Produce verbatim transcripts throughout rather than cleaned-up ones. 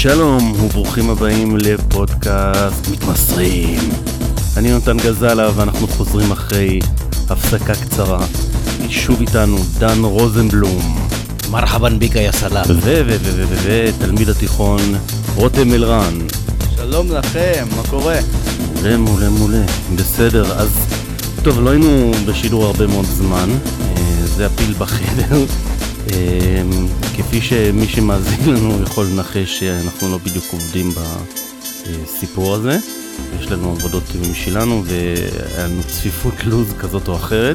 שלום וברוכים הבאים לפודקאסט מתמסרים. אני יונתן גזלה ואנחנו חוזרים אחרי הפסקה קצרה. שוב איתנו דן רוזנבלום. מרחבן ביקה יא סלאם. ו ו ו ו ו תלמיד התיכון רותם אלרן. שלום לכם, מה קורה? מעולה מעולה מעולה. בסדר, אז טוב, לא היינו בשידור הרבה מאוד זמן. זה הפיל בחדר. כפי שמי שמאזין לנו יכול לנחש שאנחנו לא בדיוק עובדים בסיפור הזה. יש לנו עבודות משלנו והיה לנו צפיפות לוז כזאת או אחרת.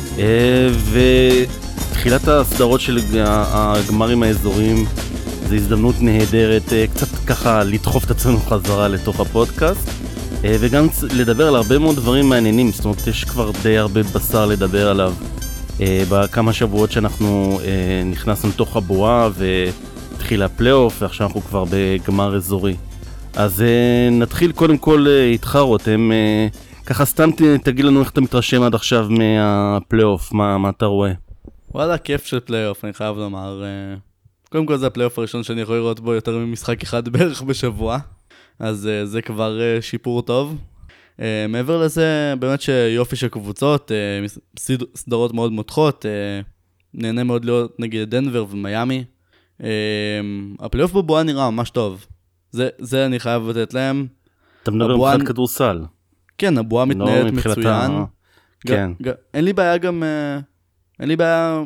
ותחילת הסדרות של הגמרים האזוריים זו הזדמנות נהדרת קצת ככה לדחוף את עצמנו חזרה לתוך הפודקאסט וגם לדבר על הרבה מאוד דברים מעניינים. זאת אומרת, יש כבר די הרבה בשר לדבר עליו בכמה שבועות שאנחנו נכנסנו לתוך הבועה והתחיל הפלייאוף ועכשיו אנחנו כבר בגמר אזורי. אז נתחיל קודם כל איתך רותם, ככה סתם תגיד לנו איך אתה מתרשם עד עכשיו מהפלייאוף, מה, מה אתה רואה? וואלה, כיף של פלייאוף, אני חייב לומר. קודם כל זה הפלייאוף הראשון שאני יכול לראות בו יותר ממשחק אחד בערך בשבוע, אז זה כבר שיפור טוב. Uh, מעבר לזה, באמת שיופי של קבוצות, uh, סדרות מאוד מותחות, uh, נהנה מאוד להיות נגד דנבר ומיימי. Uh, הפלייאוף בבועה נראה ממש טוב. זה, זה אני חייב לתת להם. אתה מדבר מבחינת נ... כדורסל. כן, הבועה מתנהלת no, מצוין. ה... כן. ג... ג... אין לי בעיה גם, uh, אין לי בעיה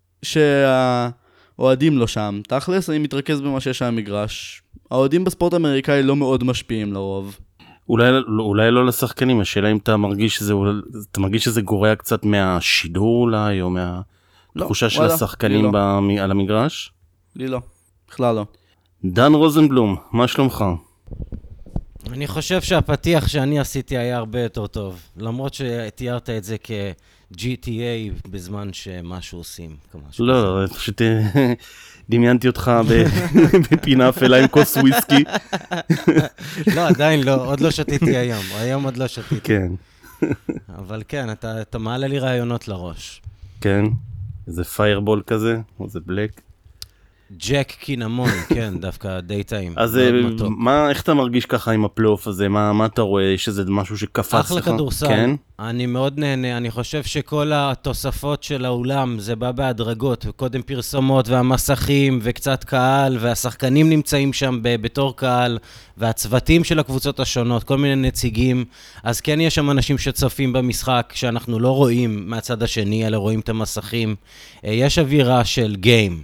שהאוהדים לא שם. תכלס, אני מתרכז במה שיש שם מגרש. האוהדים בספורט האמריקאי לא מאוד משפיעים לרוב. אולי, אולי לא לשחקנים, השאלה אם אתה מרגיש שזה, אתה מרגיש שזה גורע קצת מהשידור אולי, או מהתחושה לא, של וואלה, השחקנים לא. במ... על המגרש? לי לא, בכלל לא. דן רוזנבלום, מה שלומך? אני חושב שהפתיח שאני עשיתי היה הרבה יותר טוב, למרות שתיארת את זה כ-ג'י טי איי בזמן שמשהו עושים. לא, לא, פשוט דמיינתי אותך בפינה אפלה עם כוס וויסקי. לא, עדיין לא, עוד לא שתיתי היום, היום עוד לא שתיתי. כן. אבל כן, אתה, אתה מעלה לי רעיונות לראש. כן, איזה פיירבול כזה, או זה בלק. ג'ק קינמון, כן, דווקא די טעים. אז מה, איך אתה מרגיש ככה עם הפלייאוף הזה? מה, מה אתה רואה? יש איזה משהו שקפץ לך? אחלה כדורסל. כן? אני מאוד נהנה. אני חושב שכל התוספות של האולם, זה בא בהדרגות. קודם פרסומות והמסכים וקצת קהל, והשחקנים נמצאים שם בתור קהל, והצוותים של הקבוצות השונות, כל מיני נציגים. אז כן, יש שם אנשים שצופים במשחק, שאנחנו לא רואים מהצד השני, אלא רואים את המסכים. יש אווירה של גיים.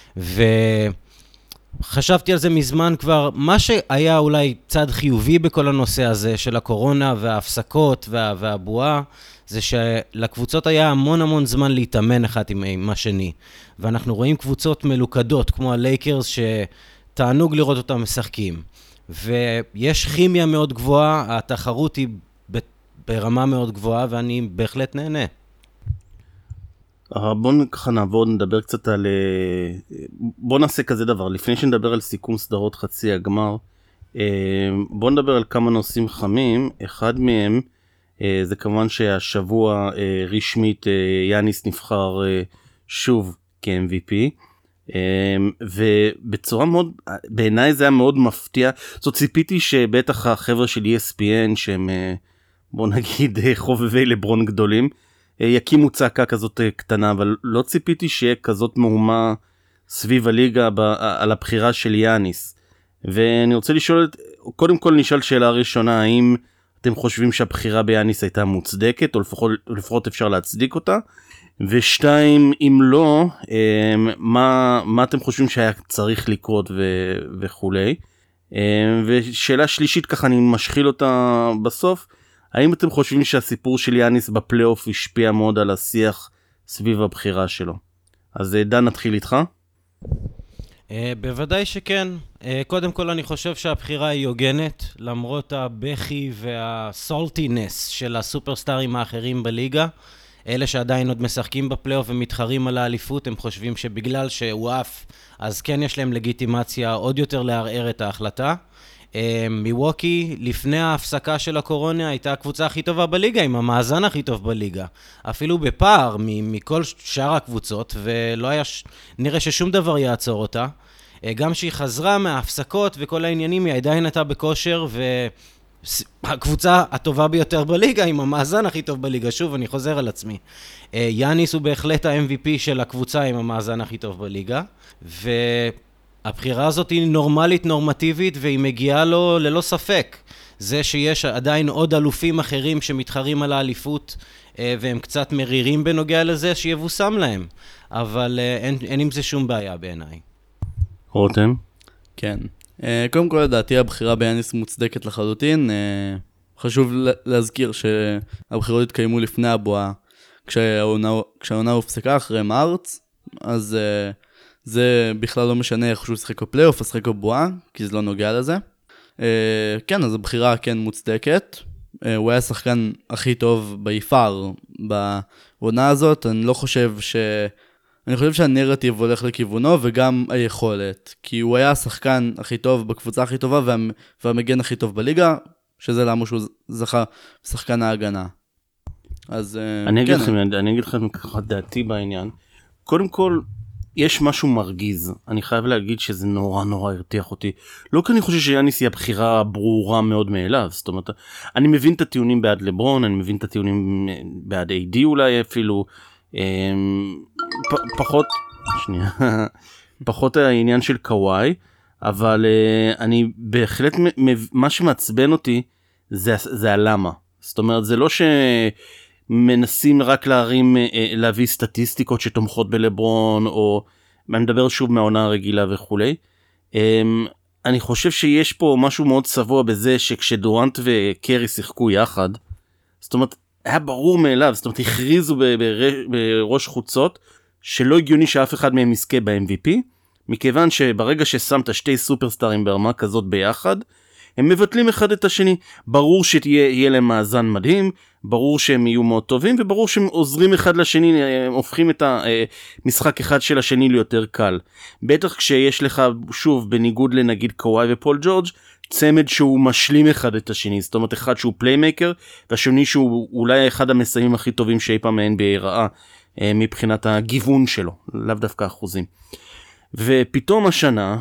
וחשבתי על זה מזמן כבר, מה שהיה אולי צד חיובי בכל הנושא הזה של הקורונה וההפסקות וה, והבועה, זה שלקבוצות היה המון המון זמן להתאמן אחת עם השני. ואנחנו רואים קבוצות מלוכדות כמו הלייקרס שתענוג לראות אותם משחקים. ויש כימיה מאוד גבוהה, התחרות היא ברמה מאוד גבוהה ואני בהחלט נהנה. בואו ככה נעבור, נדבר קצת על... בואו נעשה כזה דבר, לפני שנדבר על סיכום סדרות חצי הגמר, בואו נדבר על כמה נושאים חמים. אחד מהם זה כמובן שהשבוע רשמית יאניס נבחר שוב כ-אם וי פי, ובצורה מאוד, בעיניי זה היה מאוד מפתיע. זאת ציפיתי שבטח החבר'ה של אי אס פי אן שהם, בואו נגיד, חובבי לברון גדולים, יקימו צעקה כזאת קטנה, אבל לא ציפיתי שיהיה כזאת מהומה סביב הליגה על הבחירה של יאניס. ואני רוצה לשאול, קודם כל נשאל שאלה ראשונה, האם אתם חושבים שהבחירה ביאניס הייתה מוצדקת, או לפחות, לפחות אפשר להצדיק אותה? ושתיים, אם לא, מה, מה אתם חושבים שהיה צריך לקרות ו, וכולי? ושאלה שלישית, ככה אני משחיל אותה בסוף, האם אתם חושבים שהסיפור של יאניס בפלייאוף השפיע מאוד על השיח סביב הבחירה שלו? אז דן, נתחיל איתך. בוודאי שכן. קודם כל אני חושב שהבחירה היא הוגנת, למרות הבכי והסולטינס של הסופרסטארים האחרים בליגה. אלה שעדיין עוד משחקים בפלייאוף ומתחרים על האליפות, הם חושבים שבגלל שהוא עף, אז כן יש להם לגיטימציה עוד יותר לערער את ההחלטה. מיווקי, לפני ההפסקה של הקורונה, הייתה הקבוצה הכי טובה בליגה, עם המאזן הכי טוב בליגה. אפילו בפער מכל שאר הקבוצות, ולא היה, נראה ששום דבר יעצור אותה. גם שהיא חזרה מההפסקות וכל העניינים, היא עדיין הייתה בכושר, והקבוצה הטובה ביותר בליגה, עם המאזן הכי טוב בליגה. שוב, אני חוזר על עצמי. יאניס הוא בהחלט ה-אם וי פי של הקבוצה עם המאזן הכי טוב בליגה, והבחירה הזאת היא נורמלית, נורמטיבית, והיא מגיעה לו ללא ספק. זה שיש עדיין עוד אלופים אחרים שמתחרים על האליפות, והם קצת מרירים בנוגע לזה שיבוסם להם. אבל אין, אין עם זה שום בעיה בעיניי. רותם? כן. קודם כל, לדעתי, הבחירה ביאניס מוצדקת לחלוטין. חשוב להזכיר שהבחירות התקיימו לפני הבועה, כשהעונה הופסקה אחרי מרץ, אז זה בכלל לא משנה איך שהוא שחק בפלייאוף, אז שחק בבועה, כי זה לא נוגע לזה. כן, אז הבחירה כן מוצדקת. הוא היה השחקן הכי טוב ביפר בעונה הזאת. אני לא חושב ש... אני חושב שהנרטיב הולך לכיוונו וגם היכולת. כי הוא היה השחקן הכי טוב בקבוצה הכי טובה וה... והמגן הכי טוב בליגה, שזה למה שהוא זכה בשחקן ההגנה. אז אני כן. אגיד לכם, אני אגיד לכם ככה דעתי בעניין. קודם כל, יש משהו מרגיז, אני חייב להגיד שזה נורא נורא הרתיח אותי, לא כי אני חושב שיאניס היא הבחירה ברורה מאוד מאליו, זאת אומרת, אני מבין את הטיעונים בעד לברון, אני מבין את הטיעונים בעד איי די אולי אפילו, פ- פחות, שנייה, פחות העניין של קוואי, אבל אני בהחלט, מה שמעצבן אותי זה, זה הלמה, זאת אומרת, זה לא ש... מנסים רק להרים, להביא סטטיסטיקות שתומכות בלברון, או אני מדבר שוב מהעונה הרגילה וכולי. אני חושב שיש פה משהו מאוד צבוע בזה שכשדורנט וקרי שיחקו יחד, זאת אומרת, היה ברור מאליו, זאת אומרת, הכריזו בראש חוצות, שלא הגיוני שאף אחד מהם יזכה ב-אם וי פי, מכיוון שברגע ששמת שתי סופרסטארים ברמה כזאת ביחד, הם מבטלים אחד את השני. ברור שתהיה להם מאזן מדהים, ברור שהם יהיו מאוד טובים, וברור שהם עוזרים אחד לשני, הופכים את המשחק אחד של השני ליותר קל. בטח כשיש לך, שוב, בניגוד לנגיד קוואי ופול ג'ורג', צמד שהוא משלים אחד את השני, זאת אומרת אחד שהוא פליימייקר, והשני שהוא אולי אחד המסיימים הכי טובים שאי פעם ה-אן בי איי ראה, מבחינת הגיוון שלו, לאו דווקא אחוזים. ופתאום השנה,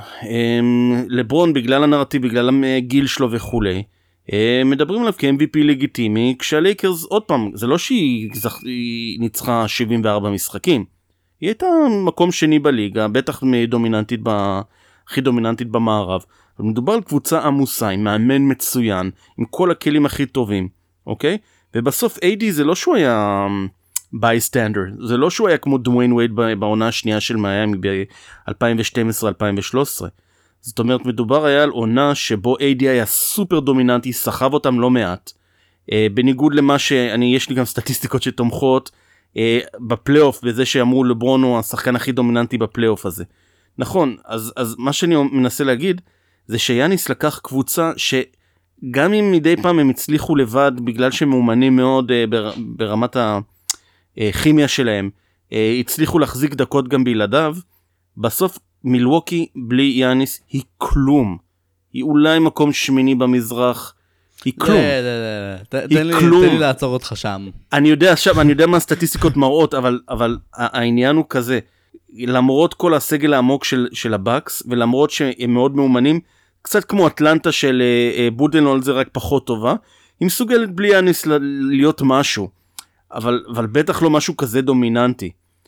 לברון בגלל הנרטיב, בגלל הגיל שלו וכולי, מדברים עליו כ-אם וי פי לגיטימי, כשהלייקרס, עוד פעם, זה לא שהיא ניצחה שבעים וארבעה משחקים, היא הייתה מקום שני בליגה, בטח דומיננטית, הכי דומיננטית במערב, אבל מדובר על קבוצה עמוסה, עם מאמן מצוין, עם כל הכלים הכי טובים, אוקיי? ובסוף איי די זה לא שהוא היה... bystander, זה לא שהוא היה כמו דוויין וייד בעונה השנייה של מיאמי ב-אלפיים ושתים עשרה אלפיים ושלוש עשרה. זאת אומרת, מדובר היה על עונה שבו איי די היה סופר דומיננטי, סחב אותם לא מעט. אה, בניגוד למה שאני, יש לי גם סטטיסטיקות שתומכות אה, בפלייאוף, בזה שאמרו לברון הוא השחקן הכי דומיננטי בפלייאוף הזה. נכון, אז, אז מה שאני מנסה להגיד, זה שיאניס לקח קבוצה שגם אם מדי פעם הם הצליחו לבד, בגלל שהם מאומנים מאוד אה, בר, ברמת ה... כימיה שלהם, הצליחו להחזיק דקות גם בלעדיו, בסוף מילווקי בלי יאניס היא כלום. היא אולי מקום שמיני במזרח, היא כלום. לא, לא, לא. תן לי לעצור אותך שם. אני יודע שם, אני יודע מה הסטטיסטיקות מראות, אבל, אבל העניין הוא כזה, למרות כל הסגל העמוק של, של הבקס, ולמרות שהם מאוד מאומנים, קצת כמו אטלנטה של בודנול, זה רק פחות טובה, היא מסוגלת בלי יאניס להיות משהו. אבל, אבל בטח לא משהו כזה דומיננטי.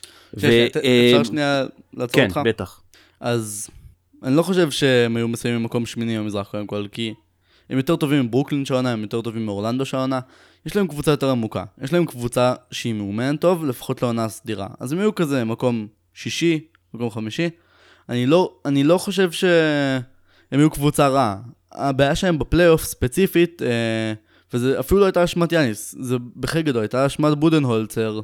אפשר שנייה לעצור אותך? כן, בטח. אז אני לא חושב שהם היו מסיימים במקום שמיני במזרח קודם כל, כי הם יותר טובים מברוקלין שעונה, הם יותר טובים מאורלנדו שעונה, יש להם קבוצה יותר עמוקה, יש להם קבוצה שהיא מאומנת טוב, לפחות לעונה סדירה. אז הם היו כזה מקום שישי, מקום חמישי. אני לא, אני לא חושב שהם היו קבוצה רעה. הבעיה שלהם בפלייאוף ספציפית, אה, וזה אפילו לא הייתה אשמת יאניס, זה בחלק גדול, הייתה אשמת בודנהולצר,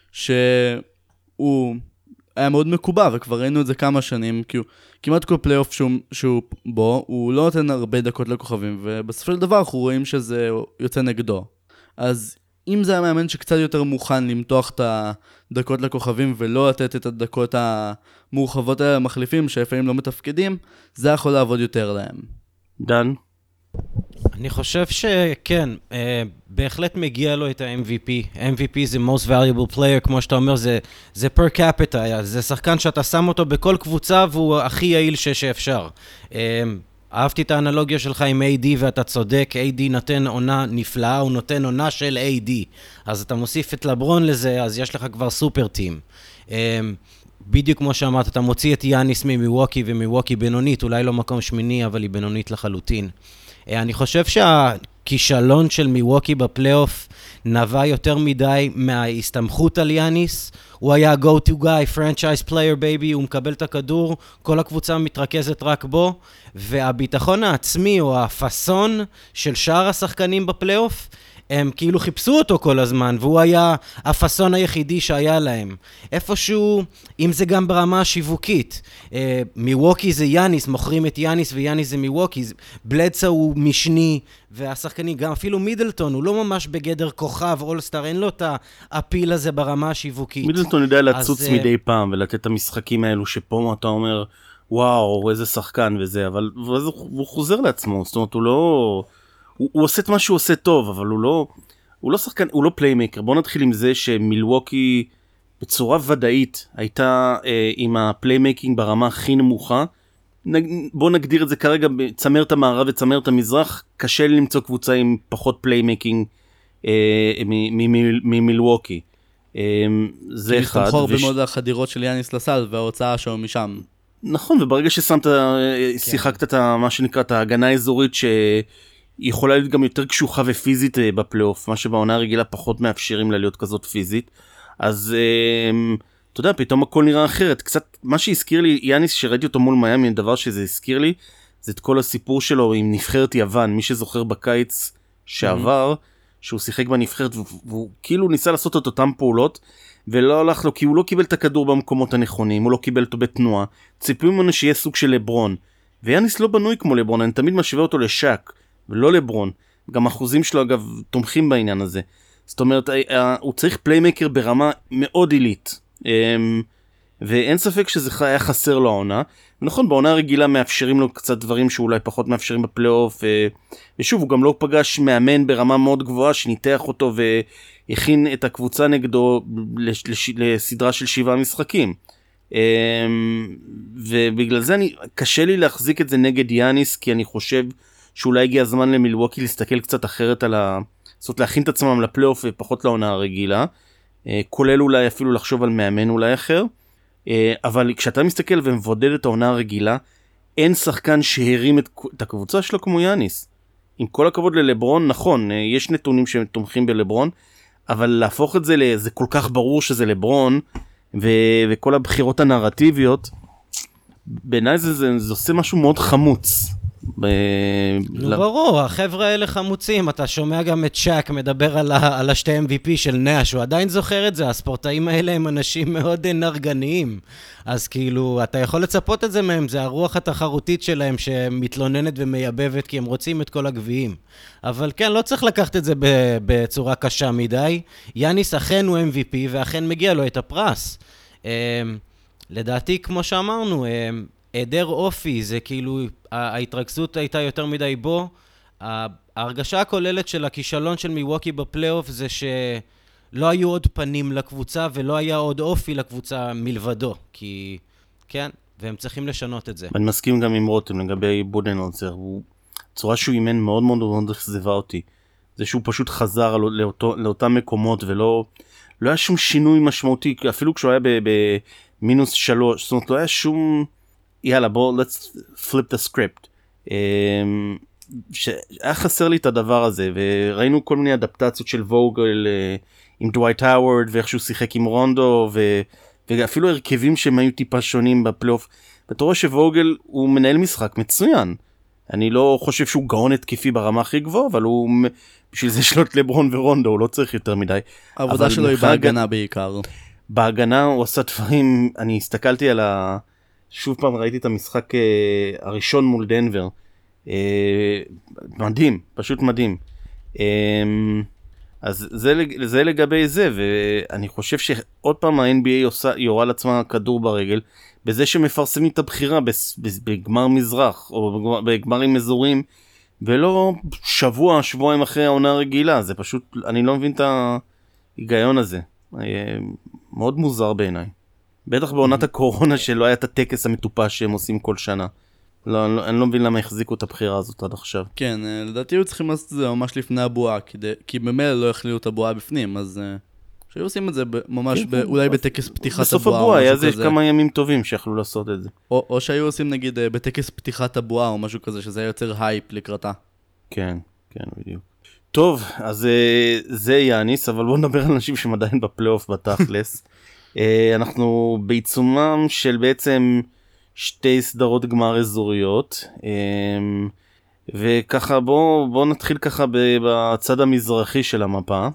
שהוא היה מאוד מקובע, וכבר ראינו את זה כמה שנים, כי הוא, כמעט כל פלייאוף שהוא, שהוא בו, הוא לא נותן הרבה דקות לכוכבים, ובסופו של דבר אנחנו רואים שזה יוצא נגדו. אז אם זה היה מאמן שקצת יותר מוכן למתוח את הדקות לכוכבים, ולא לתת את הדקות המורחבות האלה למחליפים, שלפעמים לא מתפקדים, זה יכול לעבוד יותר להם. דן? אני חושב שכן, בהחלט מגיע לו את ה-אם וי פי. אם וי פי זה most valuable player, כמו שאתה אומר, זה, זה per capita, זה שחקן שאתה שם אותו בכל קבוצה והוא הכי יעיל שאפשר. אהבתי את האנלוגיה שלך עם איי די ואתה צודק, איי די נותן עונה נפלאה, הוא נותן עונה של איי די. אז אתה מוסיף את לברון לזה, אז יש לך כבר סופר טים. בדיוק כמו שאמרת, אתה מוציא את יאניס ממיווקי, ומיווקי בינונית, אולי לא מקום שמיני, אבל היא בינונית לחלוטין. אני חושב שהכישלון של מיווקי בפלייאוף נבע יותר מדי מההסתמכות על יאניס. הוא היה go to guy, franchise player baby, הוא מקבל את הכדור, כל הקבוצה מתרכזת רק בו, והביטחון העצמי או הפסון של שאר השחקנים בפלייאוף, הם כאילו חיפשו אותו כל הזמן, והוא היה הפסון היחידי שהיה להם. איפשהו, אם זה גם ברמה השיווקית, אה, מיווקי זה יאניס, מוכרים את יאניס ויאניס זה מיווקי, בלדסה הוא משני, והשחקנים, גם אפילו מידלטון, הוא לא ממש בגדר כוכב, אולסטאר, אין לו את הפיל הזה ברמה השיווקית. מידלטון יודע לצוץ אז, מדי פעם, ולתת את המשחקים האלו שפה אתה אומר, וואו, איזה שחקן וזה, אבל הוא חוזר לעצמו, זאת אומרת, הוא לא... הוא, הוא עושה את מה שהוא עושה טוב, אבל הוא לא, הוא לא שחקן, הוא לא פליימקר. בוא נתחיל עם זה שמילווקי בצורה ודאית הייתה אה, עם הפליימקינג ברמה הכי נמוכה. נג, בוא נגדיר את זה כרגע, צמרת המערב וצמרת המזרח, קשה לי למצוא קבוצה עם פחות פליימקינג אה, ממילווקי. אה, זה אחד. כי תמחור וש... במוד החדירות של יאניס לסל וההוצאה שלו משם. נכון, וברגע ששמת, כן. שיחקת את מה שנקרא את ההגנה האזורית ש... היא יכולה להיות גם יותר קשוחה ופיזית בפלייאוף, מה שבעונה הרגילה פחות מאפשרים לה להיות כזאת פיזית. אז אתה יודע, פתאום הכל נראה אחרת. קצת, מה שהזכיר לי, יאניס, שראיתי אותו מול מיאמי, דבר שזה הזכיר לי, זה את כל הסיפור שלו עם נבחרת יוון. מי שזוכר בקיץ שעבר, שהוא שיחק בנבחרת, והוא כאילו ניסה לעשות את אותם פעולות, ולא הלך לו, כי הוא לא קיבל את הכדור במקומות הנכונים, הוא לא קיבל אותו בתנועה. ציפו ממנו שיהיה סוג של לברון. ויאניס לא בנוי כמו לברון, אני תמיד משווה אותו לשק. ולא לברון. גם אחוזים שלו אגב תומכים בעניין הזה. זאת אומרת, הוא צריך פליימקר ברמה מאוד עילית. ואין ספק שזה היה חסר לו העונה. ונכון, בעונה הרגילה מאפשרים לו קצת דברים שאולי פחות מאפשרים בפלייאוף. ושוב, הוא גם לא פגש מאמן ברמה מאוד גבוהה שניתח אותו והכין את הקבוצה נגדו לסדרה של שבעה משחקים. ובגלל זה אני, קשה לי להחזיק את זה נגד יאניס, כי אני חושב שאולי הגיע הזמן למילווקי להסתכל קצת אחרת על ה... זאת אומרת, להכין את עצמם לפלייאוף ופחות לעונה הרגילה, כולל אולי אפילו לחשוב על מאמן אולי אחר, אבל כשאתה מסתכל ומבודד את העונה הרגילה, אין שחקן שהרים את, את הקבוצה שלו כמו יאניס. עם כל הכבוד ללברון, נכון, יש נתונים שתומכים בלברון, אבל להפוך את זה לזה כל כך ברור שזה לברון, ו... וכל הבחירות הנרטיביות, בעיניי זה, זה, זה עושה משהו מאוד חמוץ. ב... נו ברור, החבר'ה האלה חמוצים, אתה שומע גם את שק מדבר על, ה... על השתי אם וי פי של נאש, הוא עדיין זוכר את זה, הספורטאים האלה הם אנשים מאוד נרגניים, אז כאילו, אתה יכול לצפות את זה מהם, זה הרוח התחרותית שלהם שמתלוננת ומייבבת, כי הם רוצים את כל הגביעים. אבל כן, לא צריך לקחת את זה בצורה קשה מדי, יאניס אכן הוא אם וי פי, ואכן מגיע לו את הפרס. לדעתי, כמו שאמרנו, היעדר אופי, זה כאילו, ההתרכזות הייתה יותר מדי בו. ההרגשה הכוללת של הכישלון של מיווקי בפלייאוף זה שלא היו עוד פנים לקבוצה ולא היה עוד אופי לקבוצה מלבדו, כי כן, והם צריכים לשנות את זה. אני מסכים גם עם רותם לגבי בודנהולצר, צורה שהוא אימן מאוד מאוד מאוד אכזבה אותי. זה שהוא פשוט חזר לאותו, לאותם מקומות ולא לא היה שום שינוי משמעותי, אפילו כשהוא היה במינוס שלוש, זאת אומרת לא היה שום... יאללה, בוא, let's flip the script. היה חסר לי את הדבר הזה, וראינו כל מיני אדפטציות של ווגל עם דווייט האוורד, ואיך שהוא שיחק עם רונדו, ואפילו הרכבים שהם היו טיפה שונים בפלייאוף. ואתה רואה שווגל הוא מנהל משחק מצוין. אני לא חושב שהוא גאון התקפי ברמה הכי גבוהה, אבל הוא, בשביל זה שלוט לברון ורונדו, הוא לא צריך יותר מדי. העבודה שלו היא בהגנה בעיקר. בהגנה הוא עושה דברים, אני הסתכלתי על ה... שוב פעם ראיתי את המשחק uh, הראשון מול דנבר. Uh, מדהים, פשוט מדהים. Um, אז זה, זה לגבי זה, ואני חושב שעוד פעם ה-אן בי איי עושה, יורה לעצמה כדור ברגל, בזה שמפרסמים את הבחירה בגמר מזרח, או בגמרים אזוריים, ולא שבוע, שבועיים אחרי העונה הרגילה, זה פשוט, אני לא מבין את ההיגיון הזה. מאוד מוזר בעיניי. בטח בעונת הקורונה שלא היה את הטקס המטופש שהם עושים כל שנה. לא, לא, אני לא מבין למה החזיקו את הבחירה הזאת עד עכשיו. כן, לדעתי היו צריכים לעשות את זה ממש לפני הבועה, כי במילא לא יכלילו את הבועה בפנים, אז שהיו עושים את זה ממש אולי בטקס פתיחת הבועה. בסוף הבועה היה זה כמה ימים טובים שיכלו לעשות את זה. או, או שהיו עושים נגיד בטקס פתיחת הבועה או משהו כזה, שזה היה יוצר הייפ לקראתה. כן, כן, בדיוק. טוב, אז זה יעניס, אבל בואו נדבר על אנשים שהם עדיין בפלייאוף בתכלס. אנחנו בעיצומם של בעצם שתי סדרות גמר אזוריות, וככה בואו בוא נתחיל ככה בצד המזרחי של המפה,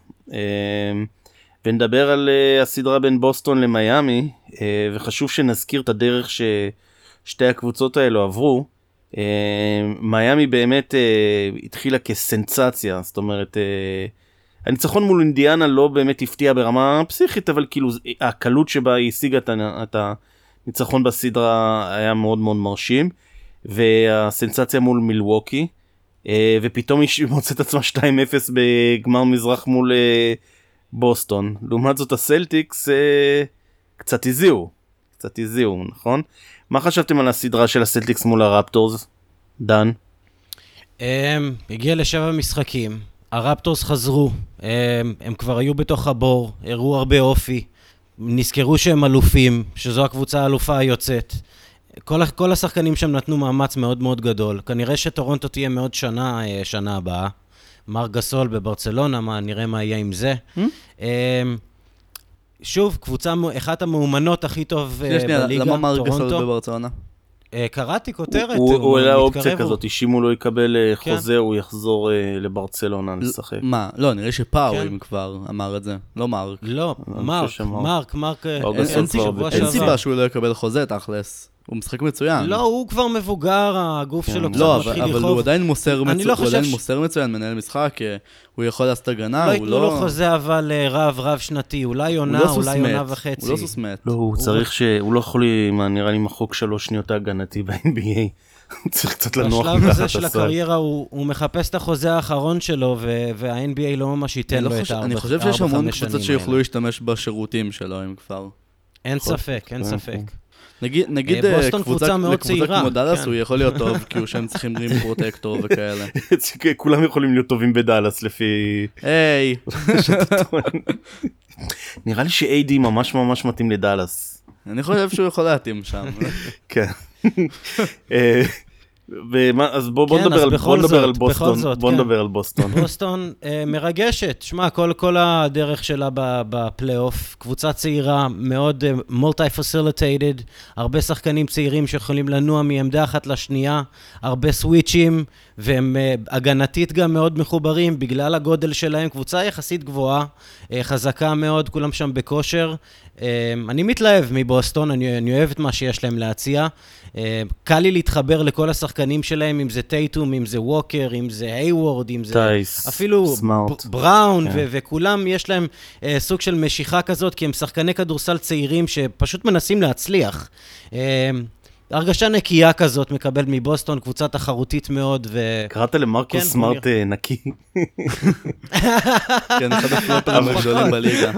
ונדבר על הסדרה בין בוסטון למיימי, וחשוב שנזכיר את הדרך ששתי הקבוצות האלו עברו. מיימי באמת התחילה כסנסציה, זאת אומרת, הניצחון מול אינדיאנה לא באמת הפתיע ברמה פסיכית, אבל כאילו הקלות שבה היא השיגה את הניצחון בסדרה היה מאוד מאוד מרשים, והסנסציה מול מילווקי, ופתאום היא מוצאת עצמה שתיים אפס בגמר מזרח מול בוסטון. לעומת זאת הסלטיקס קצת הזיעו, קצת הזיעו, נכון? מה חשבתם על הסדרה של הסלטיקס מול הרפטורס, דן? הגיע לשבע משחקים. הרפטורס חזרו, הם, הם כבר היו בתוך הבור, הראו הרבה אופי, נזכרו שהם אלופים, שזו הקבוצה האלופה היוצאת. כל, כל השחקנים שם נתנו מאמץ מאוד מאוד גדול. כנראה שטורונטו תהיה מאוד שנה, שנה הבאה. מר גסול בברצלונה, מה, נראה מה יהיה עם זה. Hmm? שוב, קבוצה, אחת המאומנות הכי טוב בליגה, טורונטו. למה מר גסול בברצלונה? קראתי כותרת, הוא היה אופציה כזאת, אם הוא לא יקבל חוזה, הוא יחזור לברצלונה לשחק. מה? לא, נראה שפאו אם כבר אמר את זה, לא מרק. לא, מרק, מרק, מרק, אין סיבה שהוא לא יקבל חוזה תכלס. הוא משחק מצוין. לא, הוא כבר מבוגר, הגוף שלו קצת מתחיל לחוב. אבל הוא עדיין מוסר מצוין, מנהל משחק, הוא יכול לעשות הגנה, הוא לא... לא חוזה אבל רב, רב שנתי, אולי עונה, אולי עונה וחצי. הוא לא סוסמט. לא, הוא צריך ש... הוא לא יכול, נראה לי, מחוק שלוש שניות ההגנתי ב-אן בי איי. הוא צריך קצת לנוח מתחת בשלב הזה של הקריירה, הוא מחפש את החוזה האחרון שלו, וה-אן בי איי לא ממש ייתן לו את הארבע חמש שנים. אני חושב שיש המון קבוצות שיוכלו להשתמש בשירותים שלו, אם כבר. אין ספק, אין ספק. נגיד, נגיד קבוצה כמו דאלאס הוא יכול להיות טוב, כי הוא שהם צריכים רים פרוטקטור וכאלה. כולם יכולים להיות טובים בדאלאס לפי... היי! נראה לי ש-איי די ממש ממש מתאים לדאלאס. אני חושב שהוא יכול להתאים שם. כן. אז בואו נדבר על בוסטון. בואו נדבר על בוסטון. בוסטון מרגשת. שמע, כל הדרך שלה בפלייאוף, קבוצה צעירה, מאוד multi-facilitated, הרבה שחקנים צעירים שיכולים לנוע מעמדה אחת לשנייה, הרבה סוויצ'ים, והם הגנתית גם מאוד מחוברים, בגלל הגודל שלהם, קבוצה יחסית גבוהה, חזקה מאוד, כולם שם בכושר. אני מתלהב מבוסטון, אני, אני אוהב את מה שיש להם להציע. קל לי להתחבר לכל השחקנים שלהם, אם זה טייטום, אם זה ווקר, אם זה היוורד, אם זה טייס, אפילו סמארט. בראון, כן. ו- וכולם יש להם uh, סוג של משיכה כזאת, כי הם שחקני כדורסל צעירים שפשוט מנסים להצליח. Uh, הרגשה נקייה כזאת מקבל מבוסטון, קבוצה תחרותית מאוד. ו... קראת למרקוס סמארט נקי. כן, אחד הפלוטרים הגדולים בליגה.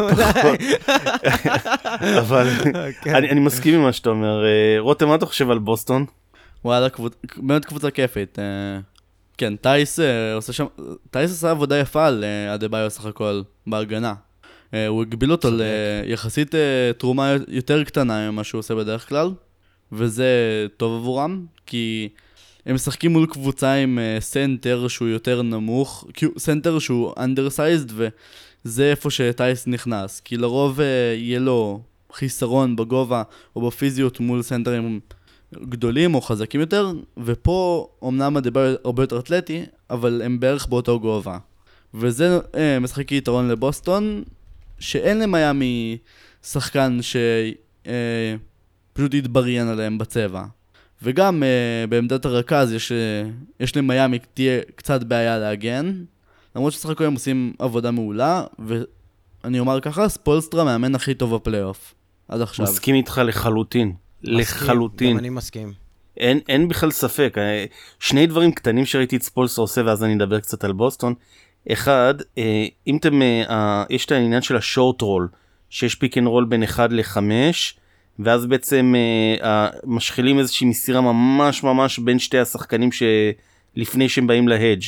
אבל אני מסכים עם מה שאתה אומר. רותם, מה אתה חושב על בוסטון? וואלה, באמת קבוצה כיפית. כן, טייס עושה שם, טייס עושה עבודה יפה על אדבאיו סך הכל בהגנה. הוא הגביל אותו ליחסית תרומה יותר קטנה ממה שהוא עושה בדרך כלל. וזה טוב עבורם, כי הם משחקים מול קבוצה עם סנטר שהוא יותר נמוך, סנטר שהוא undersized, וזה איפה שטייס נכנס, כי לרוב יהיה לו חיסרון בגובה או בפיזיות מול סנטרים גדולים או חזקים יותר, ופה אמנם הדבר הרבה יותר אתלטי, אבל הם בערך באותו גובה. וזה משחקי יתרון לבוסטון, שאין למיימי שחקן ש... פשוט יתבריין עליהם בצבע. וגם uh, בעמדת הרכז יש, uh, יש למיימי תהיה קצת בעיה להגן, למרות ששחקו הם עושים עבודה מעולה, ואני אומר ככה, ספולסטרה מאמן הכי טוב בפלייאוף, עד עכשיו. מסכים איתך לחלוטין. מסכים, לחלוטין. גם אני מסכים. אין, אין בכלל ספק. שני דברים קטנים שראיתי את ספולסטר עושה, ואז אני אדבר קצת על בוסטון. אחד, אם אתם, יש את העניין של השורט רול, שיש פיק אנד רול בין אחד לחמש, ואז בעצם משחילים איזושהי מסירה ממש ממש בין שתי השחקנים שלפני שהם באים להדג'.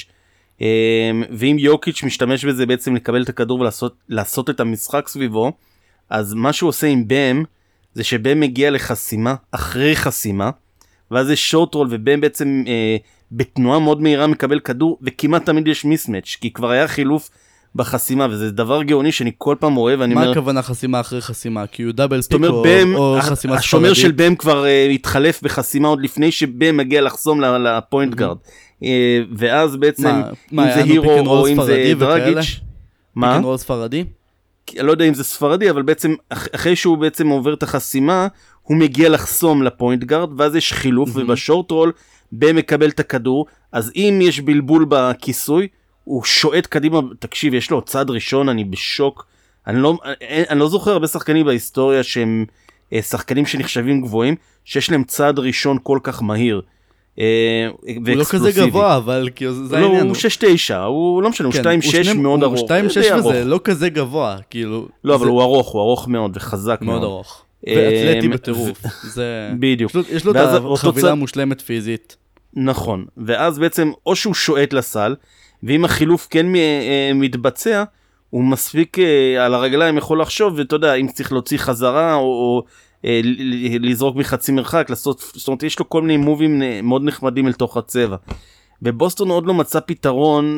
ואם יוקיץ' משתמש בזה בעצם לקבל את הכדור ולעשות לעשות את המשחק סביבו, אז מה שהוא עושה עם בם, זה שבם מגיע לחסימה, אחרי חסימה, ואז יש שורט רול, ובם בעצם אה, בתנועה מאוד מהירה מקבל כדור, וכמעט תמיד יש מיסמץ', כי כבר היה חילוף בחסימה, וזה דבר גאוני שאני כל פעם רואה, ואני מה אומר... מה הכוונה חסימה אחרי חסימה? כי הוא דאבל פיק או, בם, או חסימה ספרדית? השומר של בם כבר uh, התחלף בחסימה עוד לפני שבם מגיע לחסום לפוינט גארד. Uh, ואז בעצם, מה, אם מה, זה הירו או אם זה דרגיץ', מה? פיק אנד רול ספרדי? אני לא יודע אם זה ספרדי, אבל בעצם אחרי שהוא בעצם עובר את החסימה, הוא מגיע לחסום לפוינט גארד, ואז יש חילוף, mm-hmm. ובשורט רול, בם מקבל את הכדור, אז אם יש בלבול בכיסוי, הוא שועט קדימה, תקשיב, יש לו צעד ראשון, אני בשוק, אני לא, אני, אני לא זוכר הרבה שחקנים בהיסטוריה, שהם שחקנים שנחשבים גבוהים, שיש להם צעד ראשון כל כך מהיר, הוא לא כזה גבוה, אבל זה העניין. הוא שש תשע, הוא לא משנה, הוא שתיים שש מאוד ארוך. הוא שתיים שש וזה לא כזה גבוה, כאילו. לא, אבל הוא ארוך, הוא ארוך מאוד וחזק מאוד. מאוד ארוך. ואתלטי בטירוף. בדיוק. יש לו את החבילה המושלמת פיזית. נכון, ואז בעצם או שהוא שועט לסל, ואם החילוף כן מתבצע, הוא מספיק על הרגליים יכול לחשוב, ואתה יודע, אם צריך להוציא חזרה, או לזרוק מחצי מרחק, לעשות, זאת אומרת, יש לו כל מיני מובים מאוד נחמדים אל תוך הצבע. ובוסטון עוד לא מצא פתרון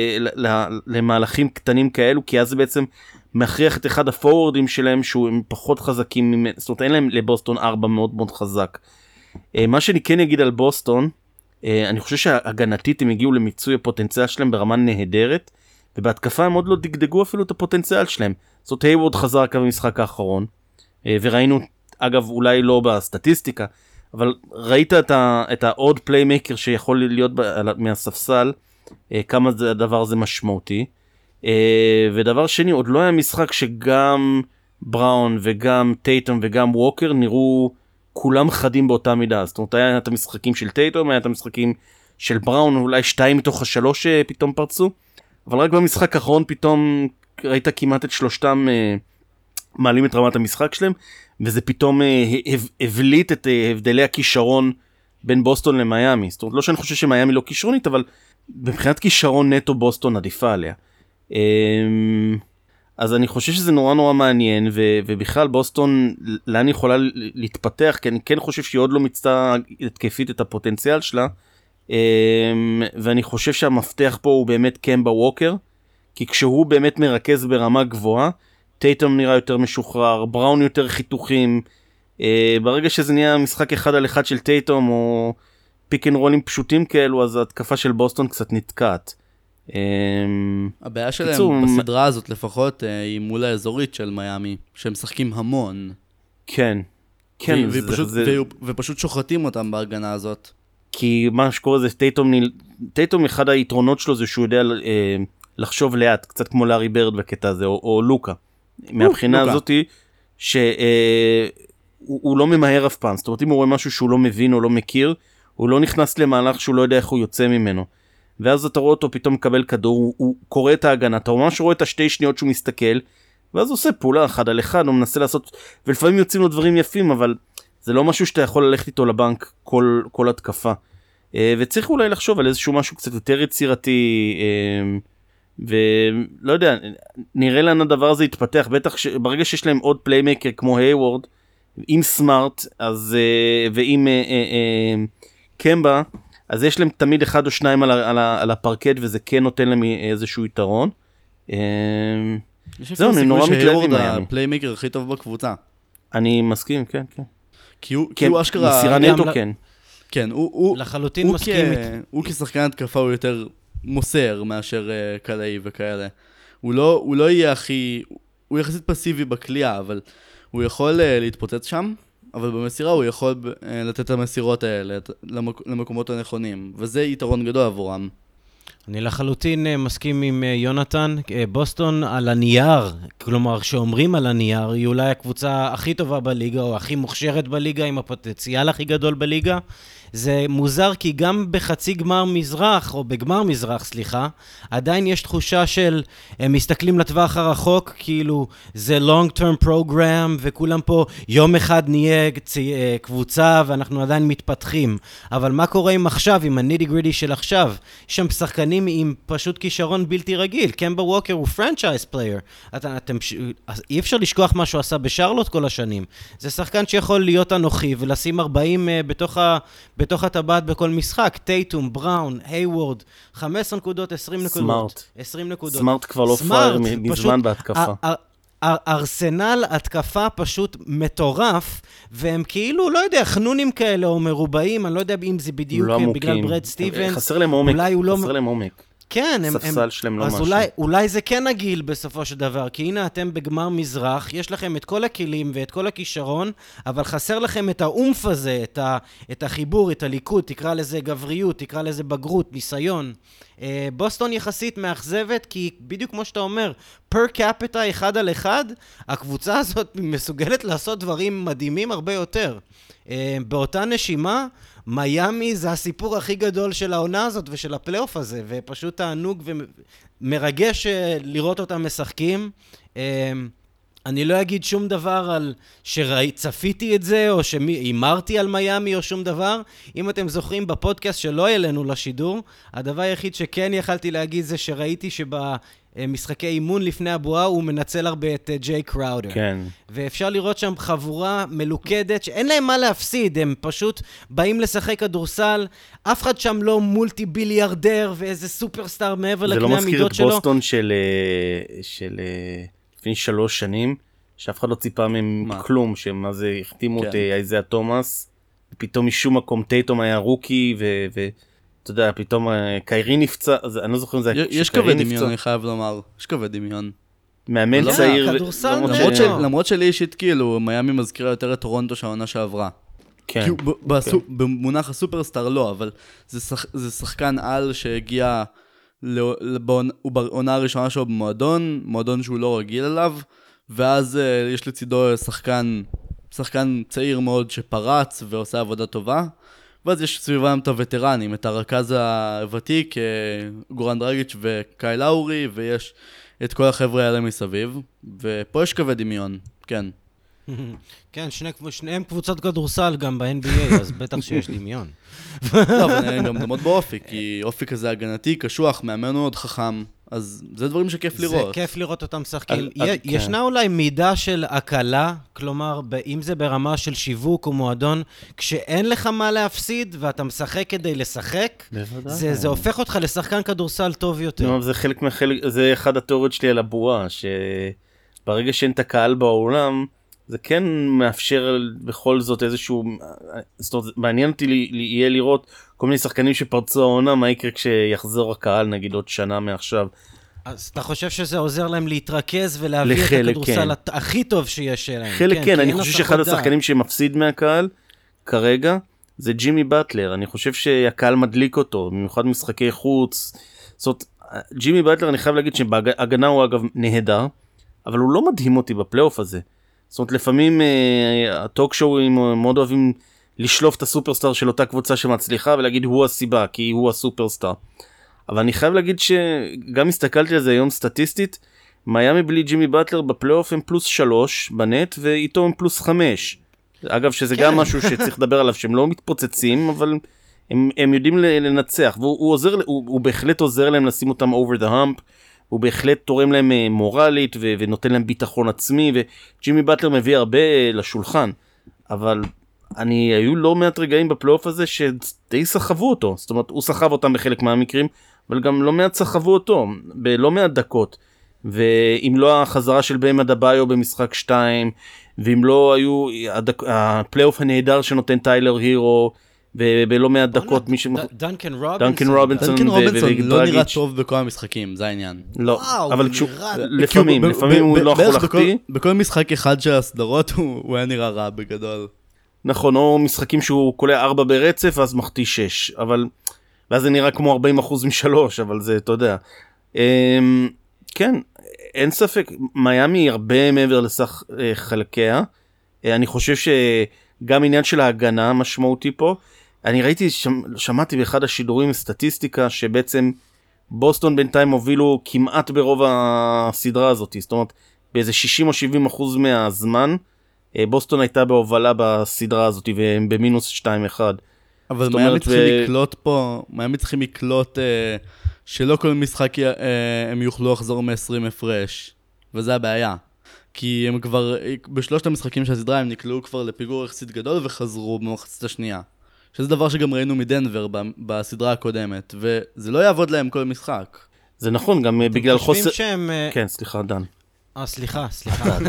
למהלכים קטנים כאלו, כי אז זה בעצם מכריח את אחד הפורורדים שלהם, שהם פחות חזקים, זאת אומרת, אין להם לבוסטון ארבע מאוד מאוד חזק. מה שאני כן אגיד על בוסטון, אני חושב שהגנתית הם הגיעו למיצוי הפוטנציאל שלהם ברמה נהדרת, ובהתקפה הם עוד לא דגדגו אפילו את הפוטנציאל שלהם. זאת היוורד חזר רק במשחק האחרון, וראינו, אגב, אולי לא בסטטיסטיקה, אבל ראית את העוד פליימקר שיכול להיות מהספסל, כמה הדבר הזה משמעותי. ודבר שני, עוד לא היה משחק שגם בראון וגם טייטום וגם ווקר נראו כולם חדים באותה מידה. זאת אומרת, היה את המשחקים של טייטום, היה את המשחקים של בראון, אולי שתיים מתוך השלוש פתאום פרצו, אבל רק במשחק האחרון פתאום ראית כמעט את שלושתם מעלים את רמת המשחק שלהם, וזה פתאום הבליט את הבדלי הכישרון בין בוסטון למיימי. זאת אומרת, לא שאני חושב שמיימי לא כישרונית, אבל מבחינת כישרון נטו בוסטון עדיפה עליה. אז אני חושב שזה נורא נורא מעניין, ובכלל בוסטון לאן יכולה להתפתח, כי אני כן חושב שהיא עוד לא מצטה התקפית את הפוטנציאל שלה, ואני חושב שהמפתח פה הוא באמת קמבה ווקר, כי כשהוא באמת מרכז ברמה גבוהה, טייטום נראה יותר משוחרר, בראון יותר חיתוכים, ברגע שזה נהיה משחק אחד על אחד של טייטום, או פיק אנד רולים פשוטים כאלו, אז ההתקפה של בוסטון קצת נתקעת. הבעיה שלהם בסדרה הזאת לפחות היא מול האזורית של מיימי, שהם משחקים המון. כן, כן. ופשוט שוחטים אותם בהגנה הזאת. כי מה שקורה זה טייטום, טייטום אחד היתרונות שלו זה שהוא יודע לחשוב לאט, קצת כמו לארי ברד בקטע הזה, או לוקה. מהבחינה הזאת שהוא לא ממהר אף פעם. זאת אומרת, אם הוא רואה משהו שהוא לא מבין או לא מכיר, הוא לא נכנס למהלך שהוא לא יודע איך הוא יוצא ממנו. ואז אתה רואה אותו פתאום מקבל כדור, הוא, הוא קורא את ההגנה, אתה ממש רואה את השתי שניות שהוא מסתכל, ואז הוא עושה פעולה אחד על אחד, הוא מנסה לעשות, ולפעמים יוצאים לו דברים יפים, אבל זה לא משהו שאתה יכול ללכת איתו לבנק כל, כל התקפה. וצריך אולי לחשוב על איזשהו משהו קצת יותר יצירתי, ולא יודע, נראה לאן הדבר הזה יתפתח, בטח ברגע שיש להם עוד פליימקר כמו היוורד, עם סמארט, אז, ועם קמבה, אז יש להם תמיד אחד או שניים על, על, על הפרקט, וזה כן נותן להם איזשהו יתרון. זהו, אני נורא מתלהב עם מיימי. הפליימקר הכי טוב בקבוצה. אני מסכים, כן, כן. כי הוא, כי הוא אשכרה... מסירה נטו, כן. כן, הוא... הוא לחלוטין הוא מסכים. כ... הוא כשחקן התקפה הוא יותר מוסר מאשר uh, קלעי וכאלה. הוא לא, הוא לא יהיה הכי... הוא יחסית פסיבי בקליעה, אבל הוא יכול uh, להתפוצץ שם, אבל במסירה הוא יכול uh, לתת את המסירות האלה למק... למקומות הנכונים, וזה יתרון גדול עבורם. אני לחלוטין מסכים עם יונתן. בוסטון על הנייר, כלומר שאומרים על הנייר, היא אולי הקבוצה הכי טובה בליגה, או הכי מוכשרת בליגה, עם הפוטנציאל הכי גדול בליגה. זה מוזר כי גם בחצי גמר מזרח, או בגמר מזרח, סליחה, עדיין יש תחושה של, הם מסתכלים לטווח הרחוק, כאילו זה long term program, וכולם פה יום אחד נהיה קבוצה, ואנחנו עדיין מתפתחים. אבל מה קורה עם עכשיו, עם הניטי גרידי של עכשיו? יש שם שחקנים עם פשוט כישרון בלתי רגיל. קמבה ווקר הוא פרנצ'ייז פלייר. אתם, אתם, אי אפשר לשכוח מה שהוא עשה בשרלוט כל השנים. זה שחקן שיכול להיות אנוכי, ולשים ארבעים uh, בתוך ה... בתוך הטבעת בכל משחק, טייטום, בראון, היוורד, חמש עשרה נקודות, עשרים נקודות, סמארט. עשרים נקודות. סמארט כבר לא פרייר מזמן בהתקפה. ארסנל התקפה פשוט מטורף, והם כאילו, לא יודע, חנונים כאלה או מרובעים, אני לא יודע אם זה בדיוק בגלל ברד סטיבנס. חסר להם עומק, חסר להם עומק. כן, הם, ספסל שלהם לא אז משהו. אולי, אולי זה כן הגיל בסופו של דבר, כי הנה אתם בגמר מזרח, יש לכם את כל הכלים ואת כל הכישרון, אבל חסר לכם את האומף הזה, את, ה, את החיבור, את הליכוד, תקרא לזה גבריות, תקרא לזה בגרות, ניסיון. בוסטון יחסית מאכזבת, כי בדיוק כמו שאתה אומר, פר קפיטה אחד על אחד, הקבוצה הזאת מסוגלת לעשות דברים מדהימים הרבה יותר. באותה נשימה, מיימי זה הסיפור הכי גדול של העונה הזאת ושל הפלייאוף הזה, ופשוט תענוג ומרגש לראות אותם משחקים. אני לא אגיד שום דבר על שצפיתי את זה, או שאימרתי על מיימי או שום דבר. אם אתם זוכרים בפודקאסט שלא העלינו לשידור, הדבר היחיד שכן יכלתי להגיד זה שראיתי שבמשחקי אימון לפני הבועה הוא מנצל הרבה את ג'יי קראודר. כן. ואפשר לראות שם חבורה מלוכדת שאין להם מה להפסיד, הם פשוט באים לשחק כדורסל, אף אחד שם לא מולטי ביליארדר ואיזה סופרסטאר מעבר לקנה המידות שלו. זה לא מזכיר את בוסטון של... של... לפני שלוש שנים, שאף אחד לא ציפה מהם כלום, שמה זה, החתימו את איזיה תומאס, ופתאום משום מקום טייטום היה רוקי, ואתה יודע, פתאום קיירי נפצע, אני לא זוכר אם זה היה יש כבד דמיון, אני חייב לומר, יש כבד דמיון. מאמן צעיר. למרות שלי אישית, כאילו, מיימי מזכירה יותר את טורונטו שהעונה שעברה. כן. במונח הסופרסטאר לא, אבל זה שחקן על שהגיע... הוא בעונה הראשונה שלו במועדון, מועדון שהוא לא רגיל אליו, ואז uh, יש לצידו שחקן, שחקן צעיר מאוד שפרץ ועושה עבודה טובה, ואז יש סביבם את הווטרנים, את הרכז הוותיק, גורן דרגיץ' וקאי לאורי, ויש את כל החבר'ה האלה מסביב, ופה יש כבד דמיון, כן. כן, שני, שניהם קבוצות כדורסל גם ב-אן בי איי, אז בטח שיש דמיון. לא, אבל אני גם דמות באופי, כי אופי כזה הגנתי, קשוח, מאמן מאוד חכם, אז זה דברים שכיף לראות. זה כיף לראות אותם משחקים. ישנה אולי מידה של הקלה, כלומר, אם זה ברמה של שיווק או מועדון, כשאין לך מה להפסיד ואתה משחק כדי לשחק, זה הופך אותך לשחקן כדורסל טוב יותר. זה חלק מהחלק, זה אחד התיאוריות שלי על הבועה, שברגע שאין את הקהל בעולם, זה כן מאפשר בכל זאת איזשהו, זאת אומרת, מעניין אותי לי, יהיה לראות כל מיני שחקנים שפרצו העונה, מה יקרה כשיחזור הקהל, נגיד עוד שנה מעכשיו. אז אתה חושב שזה עוזר להם להתרכז ולהביא את הכדורסל כן. הכי טוב שיש להם? חלק כן, כן. אני חושב שאחד השחקנים שמפסיד מהקהל, כרגע, זה ג'ימי באטלר. אני חושב שהקהל מדליק אותו, במיוחד משחקי חוץ. זאת אומרת, ג'ימי באטלר, אני חייב להגיד שבהגנה הוא אגב נהדר, אבל הוא לא מדהים אותי בפלייאוף הזה. זאת אומרת, לפעמים הטוק שואוים מאוד אוהבים לשלוף את הסופרסטאר של אותה קבוצה שמצליחה ולהגיד הוא הסיבה, כי הוא הסופרסטאר. אבל אני חייב להגיד שגם הסתכלתי על זה היום סטטיסטית, מיימי בלי ג'ימי באטלר בפלייאוף הם פלוס שלוש בנט, ואיתו הם פלוס חמש. אגב, שזה כן. גם משהו שצריך לדבר עליו, שהם לא מתפוצצים, אבל הם, הם יודעים לנצח, והוא הוא עוזר, הוא, הוא בהחלט עוזר להם לשים אותם over the hump, הוא בהחלט תורם להם מורלית ו- ונותן להם ביטחון עצמי, וג'ימי באטלר מביא הרבה לשולחן, אבל אני, היו לא מעט רגעים בפלייאוף הזה שדי סחבו אותו, זאת אומרת, הוא סחב אותם בחלק מהמקרים, אבל גם לא מעט סחבו אותו, בלא מעט דקות, ואם לא החזרה של בהם אדבאיו במשחק שתיים, ואם לא היו הדק... הפלייאוף הנהדר שנותן טיילר הירו, ובלא מעט דקות מי ש... דנקן רובינסון. דנקן רובינסון דנקן רובינסון לא נראה טוב בכל המשחקים, זה העניין. לא, אבל לפעמים, לפעמים הוא לא יכול לחטיא. בכל משחק אחד של הסדרות הוא היה נראה רע בגדול. נכון, או משחקים שהוא קולע ארבע ברצף, אז מחטיא שש. אבל ואז זה נראה כמו ארבעים אחוז משלוש, אבל זה, אתה יודע. כן, אין ספק, מיאמי היא הרבה מעבר לסך חלקיה. אני חושב שגם עניין של ההגנה משמעותי פה. אני ראיתי, שמעתי באחד השידורים סטטיסטיקה, שבעצם בוסטון בינתיים הובילו כמעט ברוב הסדרה הזאת. זאת אומרת, באיזה שישים או שבעים אחוז מהזמן, בוסטון הייתה בהובלה בסדרה הזאת, והם במינוס שתיים אחד. אבל מיאמי צריכים ו... לקלוט פה, מיאמי צריכים לקלוט אה, שלא כל משחק אה, הם יוכלו לחזור מ-עשרים הפרש, וזה הבעיה. כי הם כבר, בשלושת המשחקים של הסדרה הם נקלעו כבר לפיגור יחסית גדול וחזרו במחצית השנייה. שזה דבר שגם ראינו מדנבר בסדרה הקודמת, וזה לא יעבוד להם כל משחק. זה נכון, גם בגלל חוסר... שהם... כן, סליחה, דן. אה, סליחה, סליחה.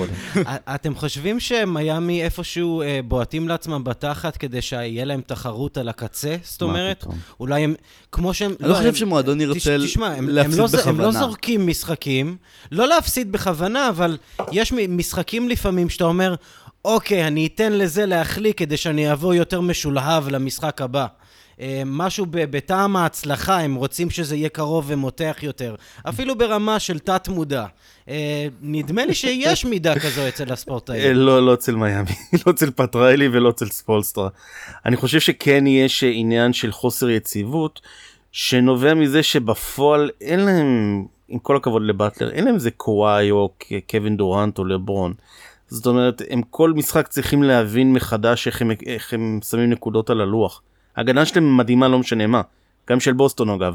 אתם חושבים שמיאמי איפשהו בועטים לעצמם בתחת כדי שיהיה להם תחרות על הקצה? זאת אומרת, אולי הם, כמו שהם... אני לא חושב שמועדון ירצה להפסיד בכוונה. הם לא זורקים משחקים, לא להפסיד בכוונה, אבל יש משחקים לפעמים שאתה אומר, אוקיי, אני אתן לזה להחליק כדי שאני אעבור יותר משולהב למשחק הבא. משהו בטעם ההצלחה, הם רוצים שזה יהיה קרוב ומותח יותר, אפילו ברמה של תת מודע. נדמה לי שיש מידה כזו אצל הספורטאים. לא, לא אצל מיאמי, לא אצל פטריילי ולא אצל ספולסטרה. אני חושב שכן יש עניין של חוסר יציבות, שנובע מזה שבפועל אין להם, עם כל הכבוד לבטלר, אין להם איזה קוואי או קווין דורנט או לברון. זאת אומרת, הם כל משחק צריכים להבין מחדש איך הם, איך הם שמים נקודות על הלוח. ההגנה שלהם מדהימה, לא משנה מה. גם של בוסטון אגב.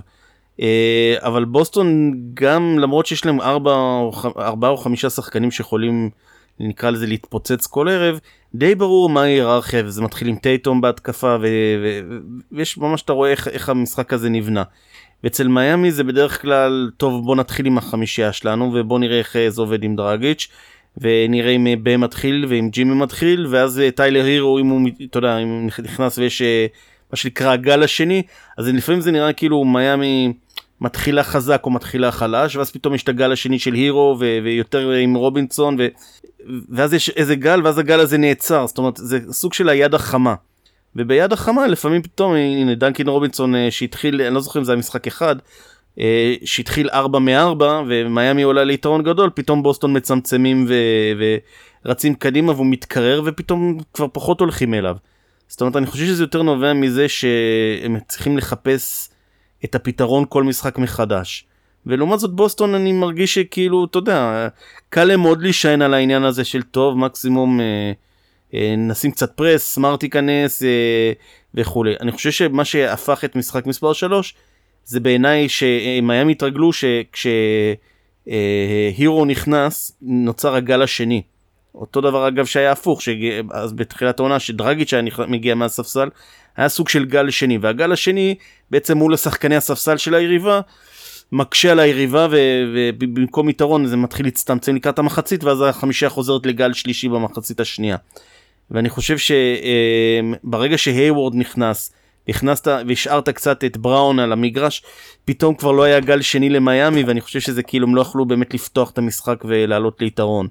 אבל בוסטון גם, למרות שיש להם ארבע, ארבע או חמישה שחקנים שיכולים, נקרא לזה, להתפוצץ כל ערב, די ברור מה ההיררכיה, וזה מתחיל עם טייטום בהתקפה, ו- ו- ויש ממש, אתה רואה איך, איך המשחק הזה נבנה. ואצל מיאמי זה בדרך כלל, טוב, בוא נתחיל עם החמישייה שלנו, ובוא נראה איך זה עובד עם דרגיץ', ונראה אם בי מתחיל, ואם ג'ימי מתחיל, ואז טיילר הירו, אם הוא, אתה יודע, אם הוא נכנס ויש... מה שנקרא הגל השני, אז לפעמים זה נראה כאילו מיאמי מתחילה חזק או מתחילה חלש, ואז פתאום יש את הגל השני של הירו, ו- ויותר עם רובינסון, ו- ואז יש איזה גל, ואז הגל הזה נעצר, זאת אומרת, זה סוג של היד החמה. וביד החמה לפעמים פתאום, הנה דנקין רובינסון שהתחיל, אני לא זוכר אם זה המשחק אחד, שהתחיל ארבע מארבע, ומיאמי עולה ליתרון גדול, פתאום בוסטון מצמצמים ו- ורצים קדימה, והוא מתקרר, ופתאום כבר פחות הולכים אליו. זאת אומרת, אני חושב שזה יותר נובע מזה שהם צריכים לחפש את הפתרון כל משחק מחדש. ולעומת זאת בוסטון אני מרגיש שכאילו, אתה יודע, קל להם עוד להישען על העניין הזה של טוב, מקסימום אה, אה, נשים קצת פרס, סמארט ייכנס אה, וכו'. אני חושב שמה שהפך את משחק מספר שלוש, זה בעיניי שמיאמי התרגלו שכשהירו אה, נכנס, נוצר הגל השני. אותו דבר אגב שהיה הפוך, אז בתחילת העונה שדרגיץ' שהיה מגיע מהספסל, היה סוג של גל שני, והגל השני בעצם מול השחקני הספסל של היריבה, מקשה על היריבה, ובמקום יתרון זה מתחיל להצטמצם לקראת המחצית, ואז החמישה חוזרת לגל שלישי במחצית השנייה. ואני חושב שברגע שהייוורד נכנס, נכנסת והשארת קצת את בראון על המגרש, פתאום כבר לא היה גל שני למיאמי, ואני חושב שזה כאילו הם לא יכלו באמת לפתוח את המשחק ולעלות ליתרון.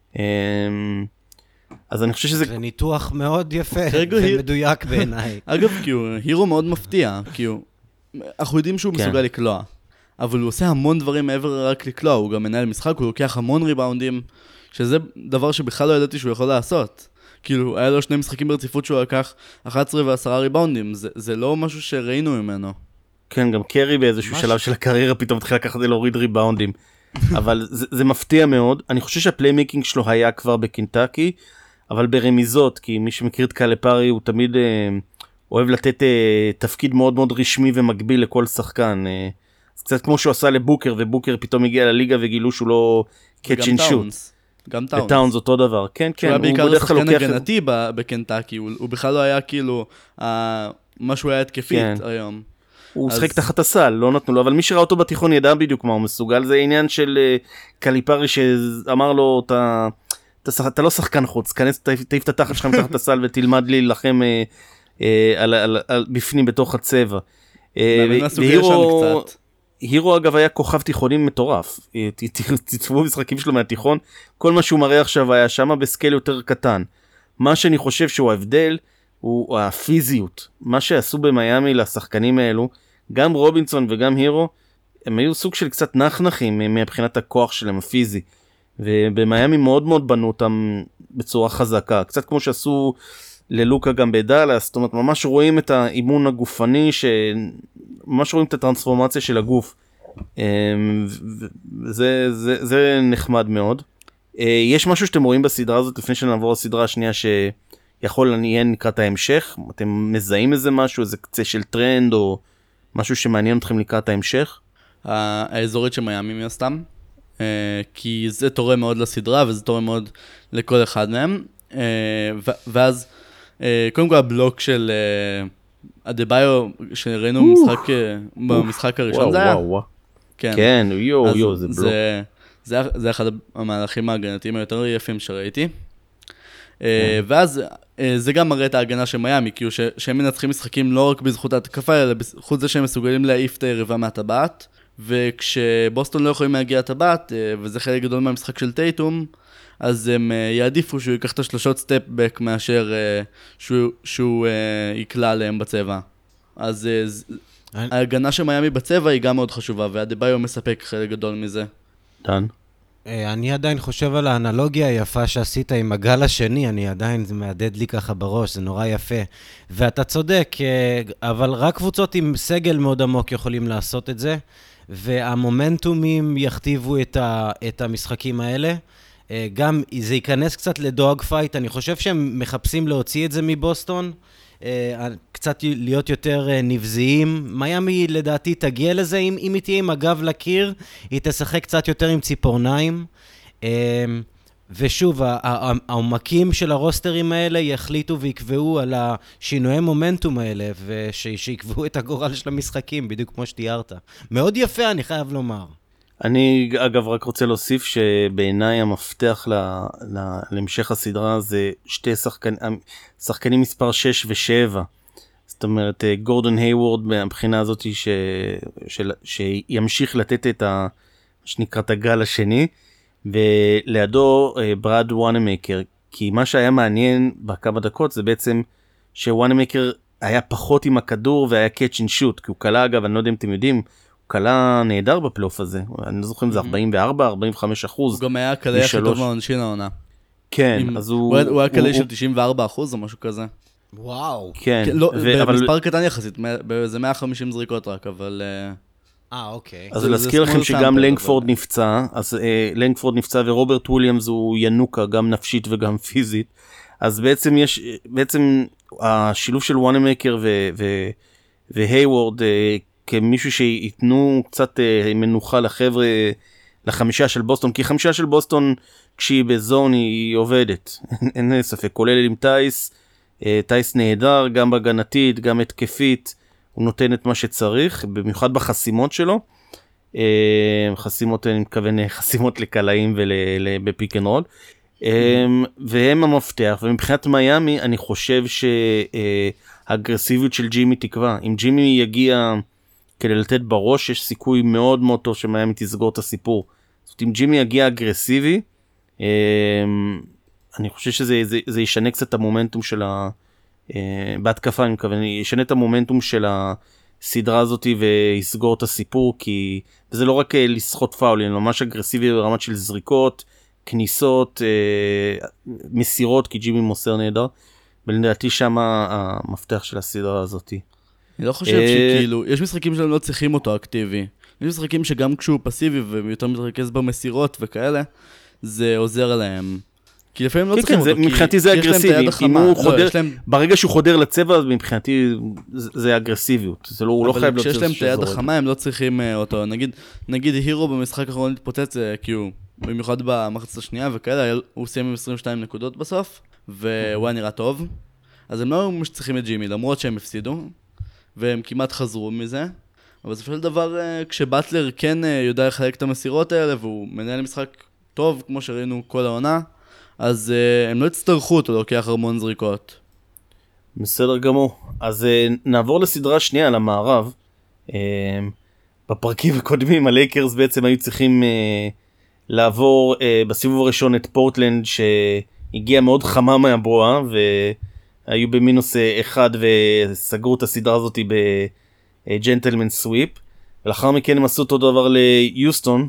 אז אני חושב שזה... זה ניתוח מאוד יפה ומדויק בעיניי. אגב, כאילו, הירו מאוד מפתיע, כאילו, אנחנו יודעים שהוא מסוגל לקלוע, אבל הוא עושה המון דברים מעבר רק לקלוע, הוא גם מנהל משחק, הוא לוקח המון ריבאונדים, שזה דבר שבכלל לא ידעתי שהוא יכול לעשות. כאילו, היה לו שני משחקים ברציפות שהוא לקח אחת עשרה ועשרה ריבאונדים, זה, זה לא משהו שראינו ממנו. כן, גם קרי באיזשהו שלב של הקריירה פתאום התחיל לקחת להוריד ריבאונדים. אבל זה, זה מפתיע מאוד. אני חושב שהפליימיקינג שלו היה כבר בקנטקי, אבל ברמיזות, כי מי שמכיר את קלפרי הוא תמיד אה, אוהב לתת אה, תפקיד מאוד מאוד רשמי ומקביל לכל שחקן. אה, זה קצת כמו שהוא עשה לבוקר, ובוקר פתאום הגיע לליגה וגילו שהוא לא catch and shoot. גם טאונס. וטאונס אותו דבר, כן, כן. הוא היה בעיקר שחקן הגנתי בקנטקי, הוא, הוא בכלל לא היה כאילו, אה, משהו היה התקפית כן. היום. הוא שחק תחת הסל, לא נתנו לו, אבל מי שראה אותו בתיכון ידע בדיוק מה הוא מסוגל, זה עניין של קליפרי שאמר לו, אתה, אתה, אתה לא שחקן חוץ, כנס, תעיף את התחת שלך מתחת הסל ותלמד לי לכם אה, אה, על, על, על, בפנים בתוך הצבע. והירו, הירו אגב היה כוכב תיכונים מטורף, תצפו משחקים שלו מהתיכון, כל מה שהוא מראה עכשיו היה שמה בסקייל יותר קטן. מה שאני חושב שהוא ההבדל, הוא הפיזיות. מה שעשו במיימי לשחקנים האלו, גם רובינסון וגם הירו, הם היו סוג של קצת נחנחים מבחינת הכוח שלהם הפיזי. ובמיימי מאוד מאוד בנו אותם בצורה חזקה. קצת כמו שעשו ללוקה גם בדאלאס, זאת אומרת, ממש רואים את האימון הגופני, ממש רואים את הטרנספורמציה של הגוף. זה, זה, זה נחמד מאוד. יש משהו שאתם רואים בסדרה הזאת, לפני שנעבור לסדרה השנייה, שיכול לעניין לקראת ההמשך? אתם מזהים איזה משהו, איזה קצה של טרנד, או משהו שמעניין אתכם לקראת ההמשך? האזורית של מיימי מן הסתם, כי זה תורם מאוד לסדרה, וזה תורם מאוד לכל אחד מהם. ואז, קודם כל הבלוק של אדבאיו, שראינו במשחק, במשחק הראשון, זה היה? כן, כן, יו, יו, זה בלוק. זה, זה אחד המהלכים ההגנתיים היותר יפים שראיתי. ואז זה גם מראה את ההגנה של מיימי, כאילו שהם מנצחים משחקים לא רק בזכות ההתקפה, אלא בזכות זה שהם מסוגלים להעיף את היריבה מהטבעת, וכשבוסטון לא יכולים להגיע לטבעת, וזה חלק גדול מהמשחק של טייטום, אז הם יעדיפו שהוא ייקח את השלושות סטפ-בק מאשר שהוא, שהוא יקלה עליהם בצבע. אז ההגנה של מיימי בצבע היא גם מאוד חשובה, והדבאיו מספק חלק גדול מזה. דן? אני עדיין חושב על האנלוגיה היפה שעשית עם הגל השני, אני עדיין, זה מעדד לי ככה בראש, זה נורא יפה. ואתה צודק, אבל רק קבוצות עם סגל מאוד עמוק יכולים לעשות את זה, והמומנטומים יכתיבו את, ה, את המשחקים האלה. גם זה ייכנס קצת לדוג פייט, אני חושב שהם מחפשים להוציא את זה מבוסטון, קצת להיות יותר נבזיים. מיימי לדעתי תגיע לזה, אם, אם היא תהיה עם הגב לקיר, היא תשחק קצת יותר עם ציפורניים. ושוב, העומקים של הרוסטרים האלה יחליטו ויקבעו על השינויי מומנטום האלה, ושיקבעו את הגורל של המשחקים, בדיוק כמו שתיארת. מאוד יפה, אני חייב לומר. אני אגב רק רוצה להוסיף שבעיניי המפתח ל, ל, להמשך הסדרה זה שתי שחקנים, שחקנים מספר שש ושבע. זאת אומרת, גורדון היוורד מהבחינה הזאת ש, של, שימשיך לתת את ה, שנקרא את הגל השני, ולידו ברד וואנמקר, כי מה שהיה מעניין בכמה דקות זה בעצם שוואנמקר היה פחות עם הכדור והיה catch and shoot, כי הוא קלה אגב, אני לא יודע אם אתם יודעים, קלה נהדר בפלייאוף הזה, אני לא זוכר אם זה ארבעים וארבע ארבעים וחמש אחוז. הוא גם היה הקלה הכי טוב מהעונשין העונה. כן, אז הוא... הוא היה קלה של תשעים וארבע אחוז או משהו כזה. וואו. כן. במספר קטן יחסית, זה מאה וחמישים זריקות רק, אבל... אה, אוקיי. אז להזכיר לכם שגם לנגפורד נפצע, אז לנגפורד נפצע ורוברט וויליאמס הוא ינוקה, גם נפשית וגם פיזית, אז בעצם יש, בעצם השילוב של וואנמקר והייוורד, כמישהו שיתנו קצת מנוחה לחבר'ה, לחמישה של בוסטון, כי חמישה של בוסטון, כשהיא בזון היא עובדת, אין ספק, כולל עם טייס, טייס נהדר, גם בהגנתית, גם התקפית, הוא נותן את מה שצריך, במיוחד בחסימות שלו, חסימות, אני מתכוון, חסימות לקלעים ובפיק אנד רול, והם המפתח, ומבחינת מיימי, אני חושב שהאגרסיביות של ג'ימי תקווה, אם ג'ימי יגיע כדי לתת בראש, יש סיכוי מאוד מאוד טוב שמיימי תסגור את הסיפור. זאת אומרת, אם ג'ימי יגיע אגרסיבי, אני חושב שזה זה, זה ישנה קצת את המומנטום של ה... בהתקפה, אני מכוון, ישנה את המומנטום של הסדרה הזאת ויסגור את הסיפור, כי זה לא רק לסחוט פאול, אלא ממש אגרסיבי ברמת של זריקות, כניסות, מסירות, כי ג'ימי מוסר נהדר, ולדעתי שם המפתח של הסדרה הזאת. אני לא חושב שכאילו, יש משחקים שלנו לא צריכים אותו אקטיבי. יש משחקים שגם כשהוא פסיבי ויותר מתרכז במסירות וכאלה, זה עוזר להם. כי לפעמים לא צריכים אותו. מבחינתי זה אגרסיבי. ברגע שהוא חודר לצבע, מבחינתי זה אגרסיביות. הוא לא חייב להיות... כשיש להם את היד החמה, הם לא צריכים אותו. נגיד הירו במשחק האחרון התפוצץ, כי הוא במיוחד במחצית השנייה וכאלה, הוא סיים עם עשרים ושתיים נקודות בסוף, והוא היה נראה טוב. אז הם לא ממש צריכים את ג'ימי, למרות שהם הפסידו, והם כמעט חזרו מזה. אבל בסופו של דבר, כשבטלר כן יודע לחלק את המסירות האלה, והוא מנהל משחק טוב, כמו שראינו כל העונה, אז uh, הם לא יצטרכו אותו, לוקח המון זריקות. בסדר גמור. אז uh, נעבור לסדרה שנייה, למערב. Uh, בפרקים הקודמים, הלייקרס בעצם היו צריכים uh, לעבור uh, בסיבוב הראשון את פורטלנד, שהגיע מאוד חמה מהבועה, היו במינוס אחד וסגרו את הסדרה הזאת בג'נטלמן סוויפ, ולאחר מכן הם עשו אותו דבר ליוסטון,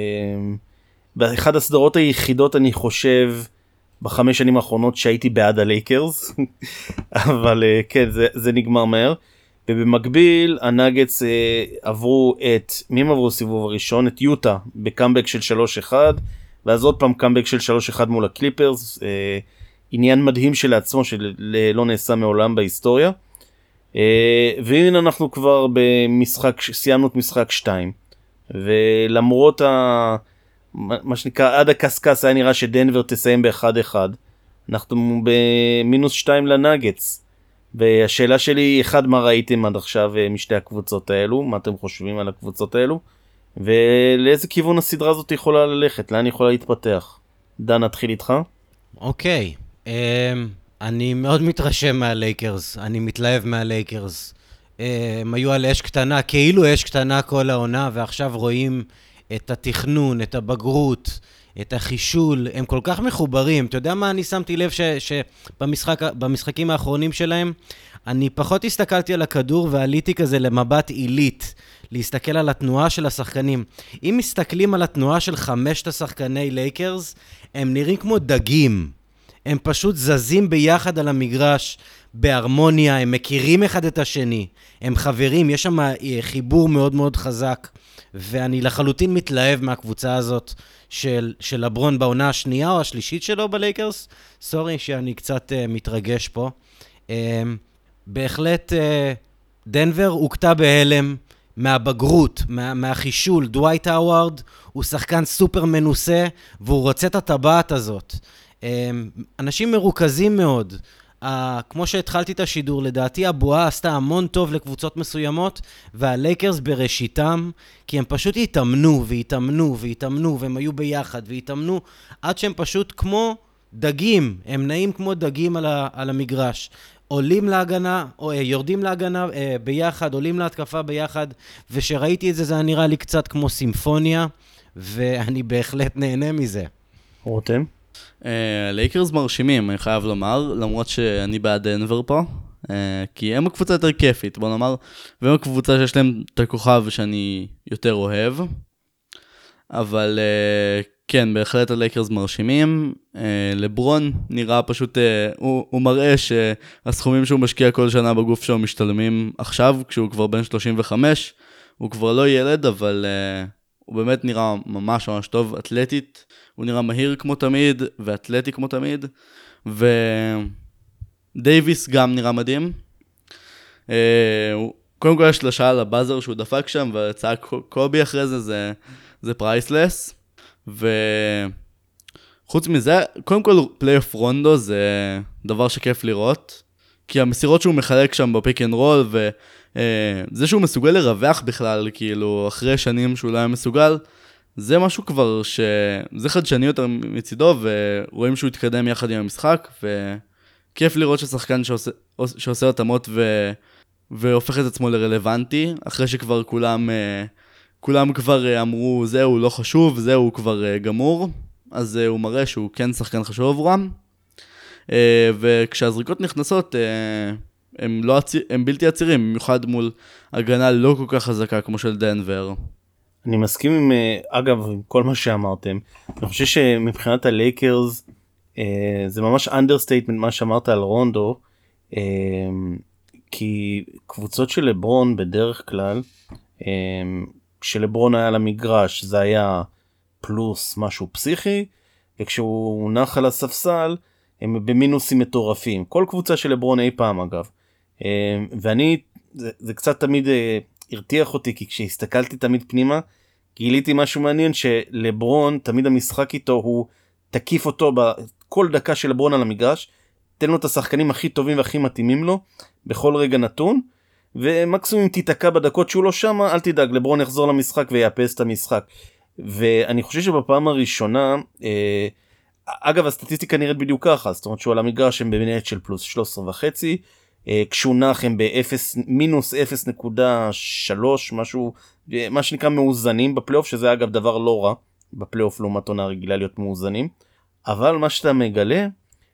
באחד הסדרות היחידות אני חושב בחמש שנים האחרונות שהייתי בעד הלייקרס, אבל כן, זה, זה נגמר מהר. ובמקביל הנאגטס אה, עברו את, מי הם עברו סיבוב הראשון? את יוטה בקאמבק של שלוש אחד, ואז עוד פעם קאמבק של שלוש אחד מול הקליפרס, אה, עניין מדהים שלעצמו שלא נעשה מעולם בהיסטוריה. אה, והנה אנחנו כבר במשחק, סיימנו את משחק שתיים, ולמרות ה... מה שנקרא עד הקסקס היה נראה שדנבר תסיים ב-אחד אחד, אנחנו במינוס שתיים לנאגטס. והשאלה שלי היא, אחד, מה ראיתם עד עכשיו משתי הקבוצות האלו? מה אתם חושבים על הקבוצות האלו? ולאיזה כיוון הסדרה הזאת יכולה ללכת? לאן יכולה להתפתח? דן, נתחיל איתך? אוקיי, um, אני מאוד מתרשם מהלייקרס, אני מתלהב מהלייקרס. Um, הם היו על אש קטנה, כאילו אש קטנה כל העונה, ועכשיו רואים את התכנון, את הבגרות, את החישול, הם כל כך מחוברים. אתה יודע מה אני שמתי לב שבמשחקים האחרונים שלהם, אני פחות הסתכלתי על הכדור ועליתי כזה למבט עילית, להסתכל על התנועה של השחקנים. אם מסתכלים על התנועה של חמשת השחקני לייקרס, הם נראים כמו דגים. הם פשוט זזים ביחד על המגרש, בהרמוניה, הם מכירים אחד את השני, הם חברים, יש שם חיבור מאוד מאוד חזק, ואני לחלוטין מתלהב מהקבוצה הזאת של, של לברון בעונה השנייה או השלישית שלו בלייקרס. סורי שאני קצת uh, מתרגש פה. Uh, בהחלט uh, דנבר הוקטע בהלם מהבגרות, מה, מהחישול. דווייט האווארד הוא שחקן סופר מנוסה, והוא רוצה את הטבעת הזאת. Uh, אנשים מרוכזים מאוד. Uh, כמו שהתחלתי את השידור, לדעתי הבועה עשתה המון טוב לקבוצות מסוימות, והלייקרס בראשיתם, כי הם פשוט התאמנו והתאמנו והתאמנו, והם היו ביחד והתאמנו, עד שהם פשוט כמו דגים, הם נעים כמו דגים על, ה, על המגרש. עולים להגנה, או, יורדים להגנה אה, ביחד, עולים להתקפה ביחד, ושראיתי את זה, זה נראה לי קצת כמו סימפוניה, ואני בהחלט נהנה מזה. רותם? לייקרס מרשימים, אני חייב לומר, למרות שאני בעד דנבר פה, כי הם הקבוצה יותר כיפית, בוא נאמר, והם הקבוצה שיש להם את הכוכב שאני יותר אוהב, אבל כן, בהחלט הלייקרס מרשימים. לברון נראה פשוט, הוא, הוא מראה שהסכומים שהוא משקיע כל שנה בגוף שלו משתלמים עכשיו, כשהוא כבר בן שלושים וחמש, הוא כבר לא ילד, אבל הוא באמת נראה ממש ממש טוב, אתלטית, הוא נראה מהיר כמו תמיד, ואתלטי כמו תמיד, ודייביס גם נראה מדהים. קודם כל יש שלושה על הבאזר שהוא דפק שם, וצעק קובי אחרי זה, זה, זה פרייסלס. וחוץ מזה, קודם כל פלייאוף רונדו זה דבר שכיף לראות, כי המסירות שהוא מחלק שם בפיק אנד רול, וזה שהוא מסוגל לרווח בכלל, כאילו אחרי שנים שהוא לא היה מסוגל, זה משהו כבר ש... זה חדשני יותר מצידו, ורואים שהוא יתקדם יחד עם המשחק, וכיף לראות ששחקן שעושה, שעושה התאמות ו... והופך את עצמו לרלוונטי, אחרי שכבר כולם, כולם כבר אמרו, זהו לא חשוב, זהו כבר גמור, אז הוא מראה שהוא כן שחקן חשוב עבורם, וכשהזריקות נכנסות, הם, לא עציר, הם בלתי עצירים, במיוחד מול הגנה לא כל כך חזקה כמו של דנבר. אני מסכים עם, אגב, עם כל מה שאמרתם. אני חושב שמבחינת הלייקרס, זה ממש אנדרסטייטמנט מה שאמרת על רונדו, כי קבוצות של לברון בדרך כלל, כשלברון היה למגרש זה היה פלוס משהו פסיכי, וכשהוא נח על הספסל, הם במינוסים מטורפים. כל קבוצה של לברון אי פעם אגב. ואני, זה, זה קצת תמיד הרתיח אותי, כי כשהסתכלתי תמיד פנימה, גיליתי משהו מעניין, שלברון, תמיד המשחק איתו, הוא תקיף אותו בכל דקה של לברון על המגרש, תן לו את השחקנים הכי טובים והכי מתאימים לו, בכל רגע נתון, ומקסימום תתעקע בדקות שהוא לא שם, אל תדאג, לברון יחזור למשחק ויאפס את המשחק. ואני חושב שבפעם הראשונה, אה, אגב הסטטיסטיקה נראית בדיוק ככה, זאת אומרת שהוא על המגרש הם במנהלת של פלוס שלוש עשרה וחצי, אה, כשהוא נח הם במינוס אפס נקודה שלוש, משהו, מה שנקרא מאוזנים בפלייאוף, שזה אגב דבר לא רע, בפלייאוף לעומת עונה רגילה להיות מאוזנים, אבל מה שאתה מגלה,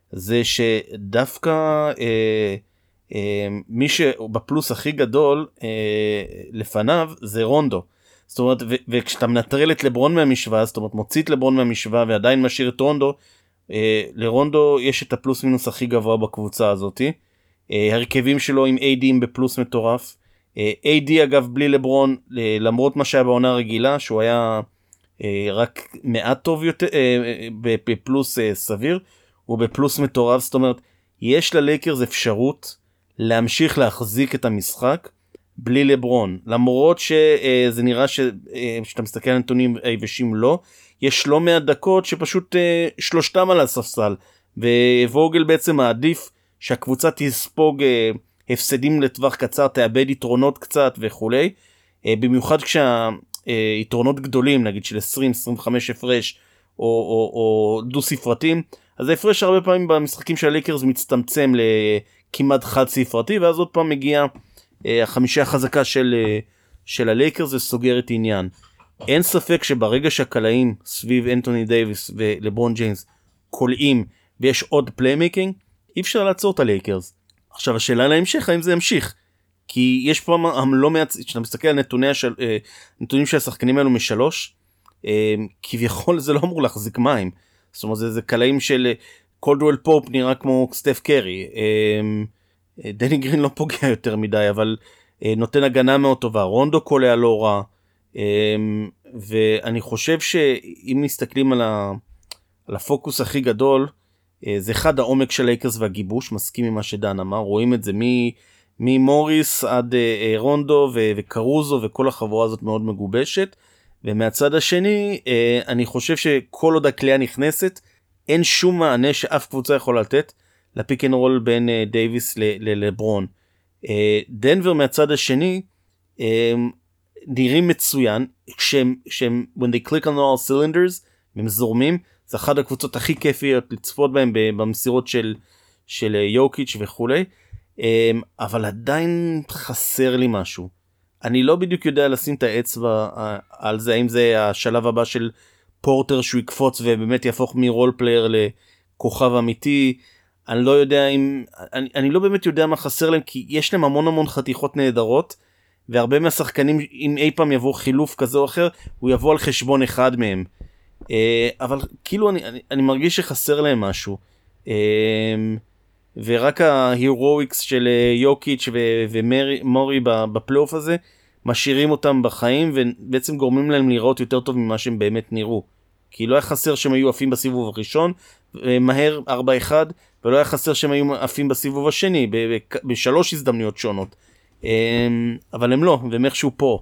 זה שדווקא אה, אה, מי שבפלוס הכי גדול אה, לפניו זה רונדו. זאת אומרת, ו- וכשאתה מנטרל את לברון מהמשוואה, זאת אומרת מוציא את לברון מהמשוואה ועדיין משאיר את רונדו, אה, לרונדו יש את הפלוס מינוס הכי גבוה בקבוצה הזאת. אה, הרכבים שלו עם איי די בפלוס מטורף. אה, איי די אגב בלי לברון, אה, למרות מה שהיה בעונה רגילה, שהוא היה אה, רק מעט טוב יותר, אה, בפלוס אה, סביר, הוא בפלוס מטורף. זאת אומרת, יש ללייקרס אפשרות להמשיך להחזיק את המשחק בלי לברון, למרות שזה נראה שאתה מסתכל על נתונים היבשים לא, יש לא מעט דקות שפשוט שלושתם על הספסל, וווגל בעצם מעדיף שהקבוצה תספוג הפסדים לטווח קצר, תאבד יתרונות קצת וכולי, במיוחד כשהיתרונות גדולים, נגיד של עשרים עשרים וחמש הפרש, או, או, או דו ספרתים, אז ההפרש הרבה פעמים במשחקים של הלייקרס מצטמצם לכמעט חד ספרתי, ואז עוד פעם מגיע החמישה החזקה של, של הלייקרס וסוגרת עניין. אין ספק שברגע שהקלעים סביב אנטוני דייביס ולברון ג'יימס קולעים ויש עוד פליימייקינג, אי אפשר לעצור את הלייקרס. עכשיו השאלה להמשך, האם זה ימשיך? כי יש פה לא מעט, כשאתה מסתכל על נתוני השל, נתונים של השחקנים האלו משלוש, כביכול זה לא אמור להחזיק מים. זאת אומרת, זה, זה קלעים של קולדוול פופ נראה כמו סטף קרי. דני גרין לא פוגע יותר מדי, אבל נותן הגנה מאוד טובה. רונדו קולע לא רע. ואני חושב שאם מסתכלים על, ה, על הפוקוס הכי גדול, זה אחד העומק של לייקרס והגיבוש, מסכים עם מה שדן אמר, רואים את זה ממוריס עד רונדו וקרוזו, וכל החבורה הזאת מאוד מגובשת. ומהצד השני, אני חושב שכל עוד הקליעה נכנסת, אין שום מענה שאף קבוצה יכולה לתת לפיק אנד רול בין דייביס ללברון. דנבר מהצד השני, נראים מצוין, כשהם, כשהם, when they click on all cylinders, הם זורמים, זה אחת הקבוצות הכי כיפיות לצפות בהם במסירות של, של יוקיץ' וכולי, אבל עדיין חסר לי משהו. אני לא בדיוק יודע לשים את האצבע על זה, האם זה השלב הבא של פורטר שהוא יקפוץ ובאמת יהפוך מרול פלייר לכוכב אמיתי. אני לא יודע אם, אני, אני לא באמת יודע מה חסר להם, כי יש להם המון המון חתיכות נהדרות, והרבה מהשחקנים, אם אי פעם יבוא חילוף כזה או אחר, הוא יבוא על חשבון אחד מהם. אבל כאילו אני, אני, אני מרגיש שחסר להם משהו. ורק ההירואיקס של יוקיץ' ומורי בפלייאוף הזה, משאירים אותם בחיים, ובעצם גורמים להם לראות יותר טוב ממה שהם באמת נראו. כי לא היה חסר שהם היו עפים בסיבוב הראשון, מהר ארבע אחד, ולא היה חסר שהם היו עפים בסיבוב השני, בשלוש הזדמנויות שונות. אבל הם לא, והם איכשהו פה.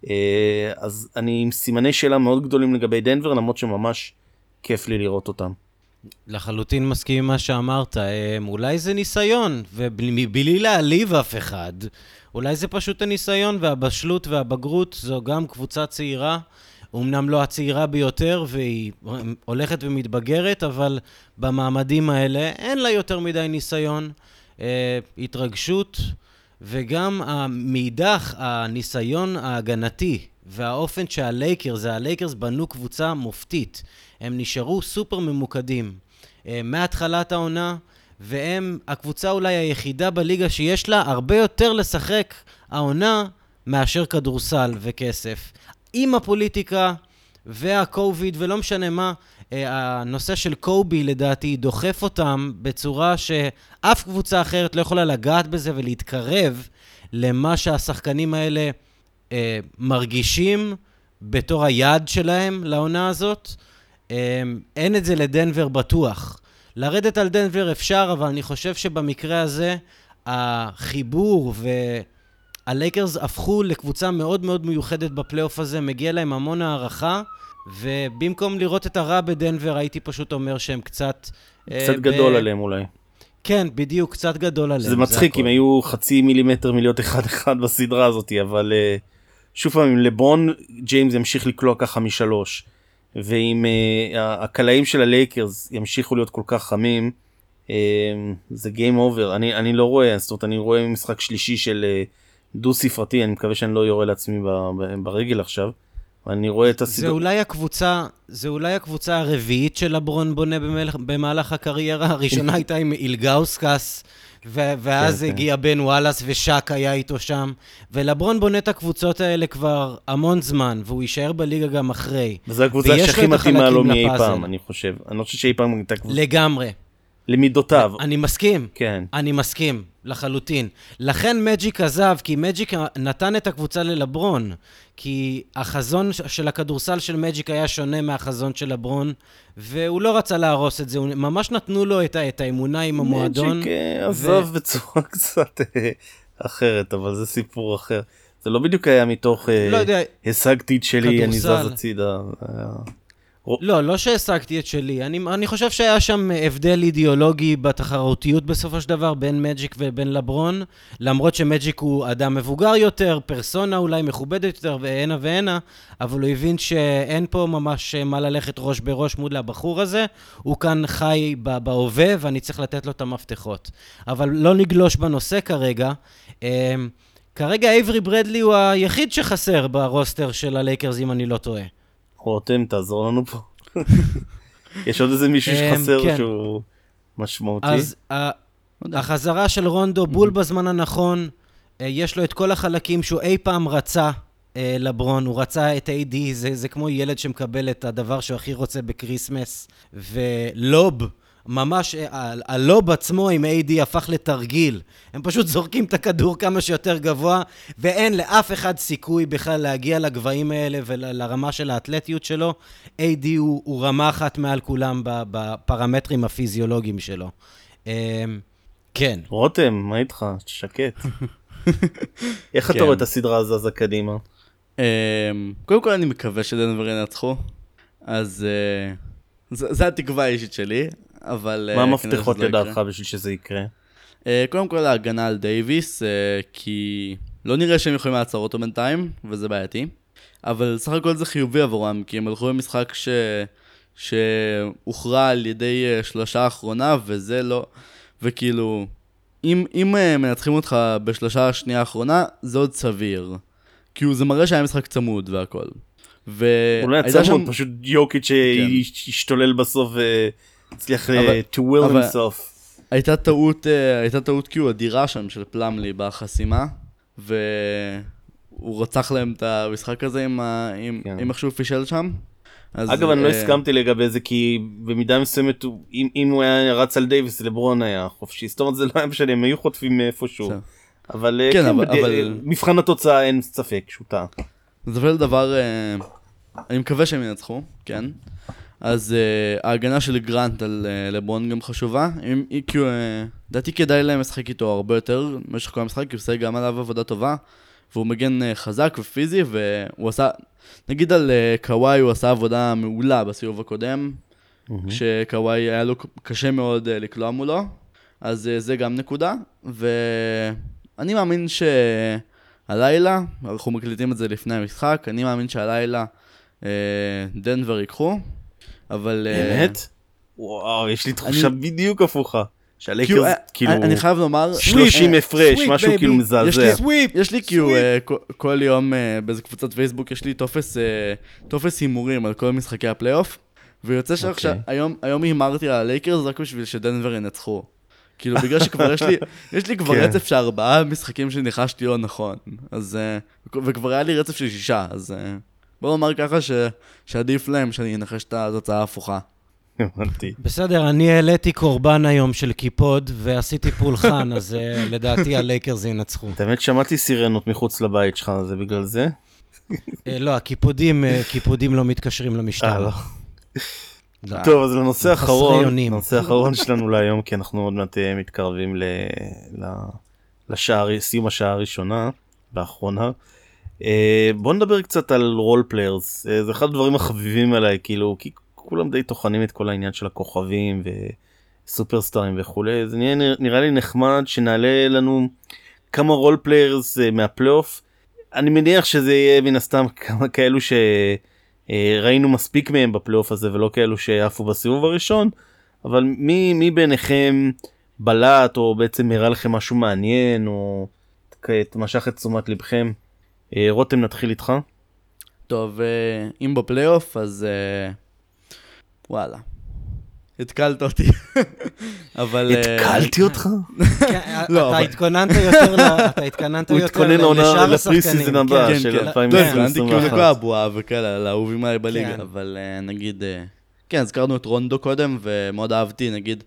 אז אני עם סימני שאלה מאוד גדולים לגבי דנבר, למרות שממש כיף לי לראות אותם. לחלוטין מסכים עם מה שאמרת, אולי זה ניסיון, ובלי להעליב אף אחד, אולי זה פשוט הניסיון והבשלות והבגרות, זו גם קבוצה צעירה, אמנם לא הצעירה ביותר, והיא הולכת ומתבגרת, אבל במעמדים האלה אין לה יותר מדי ניסיון, התרגשות, וגם המאידך, הניסיון ההגנתי, והאופן שהלייקרס, הלייקרס בנו קבוצה מופתית. הם נשארו סופר ממוקדים. מהתחלת העונה, והם הקבוצה אולי היחידה בליגה שיש לה הרבה יותר לשחק העונה מאשר כדורסל וכסף. עם הפוליטיקה והקוביד ולא משנה מה, הנושא של קובי לדעתי דוחף אותם בצורה שאף קבוצה אחרת לא יכולה לגעת בזה ולהתקרב למה שהשחקנים האלה אה, מרגישים בתור היד שלהם לעונה הזאת. אה, אין את זה לדנבר בטוח. לרדת על דנבר אפשר, אבל אני חושב שבמקרה הזה החיבור והלייקרס הפכו לקבוצה מאוד מאוד מיוחדת בפלייאוף הזה, מגיע להם המון הערכה, ובמקום לראות את הרע בדנבר הייתי פשוט אומר שהם קצת... קצת uh, גדול ב... עליהם אולי. כן, בדיוק, קצת גדול עליהם. זה מצחיק אם היו חצי מילימטר מלהיות אחד אחד בסדרה הזאת, אבל uh, שוב פעם, אם לברון ג'יימס ימשיך לקלוע ככה משלוש, ואם uh, הקלעים של הלייקרס ימשיכו להיות כל כך חמים, uh, זה גיים אובר. אני, אני לא רואה, זאת אומרת, אני רואה משחק שלישי של uh, דו ספרתי, אני מקווה שאני לא יורה לעצמי ב, ב, ברגל עכשיו, אני רואה את זה הסדרה. אולי הקבוצה, זה אולי הקבוצה הרביעית של לברון בונה במהלך, במהלך הקריירה. הראשונה הייתה עם אילגאוסקס, ו- ואז כן, הגיע בן וואלאס ושק היה איתו שם. ולברון בונה את הקבוצות האלה כבר המון זמן, והוא יישאר בליגה גם אחרי. וזו הקבוצה ויש לו שהכי את מתאימה החלקים לו מאי לפאזל. פעם, אני חושב. אני לא חושב שאי פעם הייתה קבוצה. לגמרי. למידותיו. אני מסכים. כן. אני מסכים, לחלוטין. לכן מג'יק עזב, כי מג'יק נתן את הקבוצה ללברון, כי החזון של הכדורסל של מג'יק היה שונה מהחזון של לברון, והוא לא רצה להרוס את זה, הוא ממש נתנו לו את, את האמונה עם המועדון. מג'יק עזב ו... בצורה קצת אחרת, אבל זה סיפור אחר. זה לא בדיוק היה מתוך, לא יודע, השגתי את שלי, אני זז כדורסל. הצידה. לא, לא שהשגתי את שלי. אני, אני חושב שהיה שם הבדל אידיאולוגי בתחרותיות בסופו של דבר בין מג'יק ובין לברון, למרות שמג'יק הוא אדם מבוגר יותר, פרסונה אולי מכובדת יותר והנה והנה, אבל הוא הבין שאין פה ממש מה ללכת ראש בראש מול הבחור הזה, הוא כאן חי בהווה ואני צריך לתת לו את המפתחות. אבל לא נגלוש בנושא כרגע. כרגע אייברי ברדלי הוא היחיד שחסר ברוסטר של הלייקרס אם אני לא טועה. רותם, תעזור לנו פה. יש עוד איזה מישהו שחסר שהוא משמעותי? אז החזרה של רונדו בול בזמן הנכון, יש לו את כל החלקים שהוא אי פעם רצה לברון, הוא רצה את איי די, זה, זה כמו ילד שמקבל את הדבר שהוא הכי רוצה בקריסמס, ולוב, ממש, הלוב עצמו עם איי די הפך לתרגיל. הם פשוט זורקים את הכדור כמה שיותר גבוה, ואין לאף אחד סיכוי בכלל להגיע לגבהים האלה ולרמה של האתלטיות שלו. איי די הוא, הוא רמה אחת מעל כולם בפרמטרים הפיזיולוגיים שלו. כן. רותם, מה איתך? שקט. איך אתה רואה את הסדרה הזזה קדימה? קודם כל אני מקווה שדנבר ינצחו. אז זה התקווה האישית שלי. אבל... מה המפתחות לדעתך בשביל שזה יקרה? קודם כל ההגנה על דייביס, כי לא נראה שהם יכולים לעצור אותו בינתיים, וזה בעייתי. אבל סך הכל זה חיובי עבורם, כי הם הלכו במשחק ש... שהוכרע על ידי שלושה האחרונה, וזה לא... וכאילו, אם, אם מנצחים אותך בשלושה השנייה האחרונה, זה עוד סביר. כי זה מראה שהיה משחק צמוד והכל. ו... אולי הצמוד, שם... פשוט יוקיץ' שהשתולל בסוף והצליח אבל... to will אבל... himself. הייתה טעות, הייתה טעות כי הוא אדירה שם של פלמלי בחסימה, והוא רצח להם את המשחק הזה עם, עם, כן. עם איכשהו פישל שם. אז, אגב, אני לא הסכמתי לגבי זה, כי במידה מסוימת, אם, אם הוא היה רץ על דייביס, לברון היה חופשי. זאת אומרת, זה לא היה משנה, הם היו חוטפים איפשהו. אבל כן, אבל, בד... אבל... מבחן התוצאה אין ספק, שוטה. זה אבל דבר, אני מקווה שהם ינצחו, כן. אז uh, ההגנה של גרנט על uh, לברון גם חשובה. כי uh, דעתי כדאי להם לשחק איתו הרבה יותר במשך כל המשחק, כי הוא עושה גם עליו עבודה טובה, והוא מגן uh, חזק ופיזי, והוא עשה, נגיד על uh, קוואי הוא עשה עבודה מעולה בסיבוב הקודם, mm-hmm. כשקוואי היה לו קשה מאוד uh, לקלוע מולו, אז uh, זה גם נקודה, ואני מאמין שהלילה, אנחנו מקליטים את זה לפני המשחק, אני מאמין שהלילה uh, דנבר ייקחו, אבל... באמת? וואו, יש לי תחושה בדיוק הפוכה. שהלייקרס, כאילו... אני חייב לומר... שלושים הפרש, משהו כאילו מזעזע. יש לי כאילו כל יום באיזה קבוצת פייסבוק, יש לי טופס הימורים על כל משחקי הפלייאוף, ויוצא שעכשיו, היום הימרתי על הלייקרס רק בשביל שדנבר ינצחו. כאילו בגלל שכבר יש לי, יש לי כבר רצף שארבעה משחקים שניחשתי לא נכון. אז... וכבר היה לי רצף של שישה, אז... בואו נאמר ככה שעדיף להם שאני אנחש את התוצאה ההפוכה. בסדר, אני העליתי קורבן היום של קיפוד ועשיתי פולחן, אז לדעתי הלייקרס ינצחו. באמת שמעתי סירנות מחוץ לבית שלך, זה בגלל זה? לא, הקיפודים לא מתקשרים למשטר. טוב, אז לנושא האחרון, לנושא האחרון שלנו להיום, כי אנחנו עוד מעט מתקרבים לסיום השעה הראשונה והאחרונה. בוא נדבר קצת על רול פליירס, זה אחד הדברים החביבים עליי, כאילו, כי כולם די תוכנים את כל העניין של הכוכבים וסופרסטארים וכולי, זה נראה לי נחמד שנעלה לנו כמה רול פליירס מהפלייאוף, אני מניח שזה יהיה מן הסתם כמה כאלו שראינו מספיק מהם בפלייאוף הזה, ולא כאלו שעפו בסיבוב הראשון, אבל מי, מי ביניכם בלט, או בעצם הראה לכם משהו מעניין, או משך את תשומת לבכם? רותם, נתחיל איתך. טוב, אם בפלייאוף, אז וואלה. התקלת אותי. אבל... התקלתי אותך? אתה התכוננת יותר לשאר השחקנים. הוא התכונן לעונה לפריסיזן הבא של אלפיים עשרים ואחת. לא, כאילו לכל הבועה וכאלה, לאהובים האלה בליגה, אבל נגיד... כן, הזכרנו את רונדו קודם, ומאוד אהבתי, נגיד...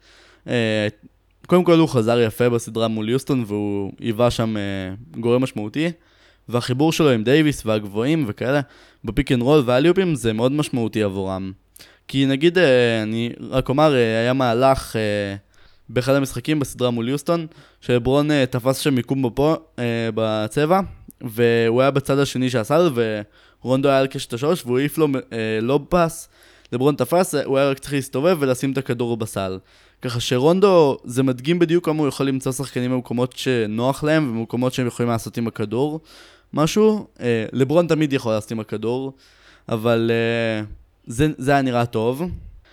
קודם כל הוא חזר יפה בסדרה מול יוסטון, והוא היווה שם גורם משמעותי, והחיבור שלו עם דייביס והגבוהים וכאלה, בפיק אנד רול והליופים זה מאוד משמעותי עבורם. כי נגיד, אני רק אומר, היה מהלך באחד המשחקים בסדרה מול יוסטון, שברון תפס שם מיקום בפה, בצבע, והוא היה בצד השני של הסל, ורונדו היה על קשת השורש, והוא העיף לו לא פס, לברון תפס, הוא היה רק צריך להסתובב ולשים את הכדור בסל. ככה שרונדו, זה מדגים בדיוק כמה הוא יכול למצוא שחקנים במקומות שנוח להם, ובמקומות שהם יכולים לעשות עם הכדור. משהו, לברון תמיד יכול לעשות עם הכדור, אבל זה, זה היה נראה טוב.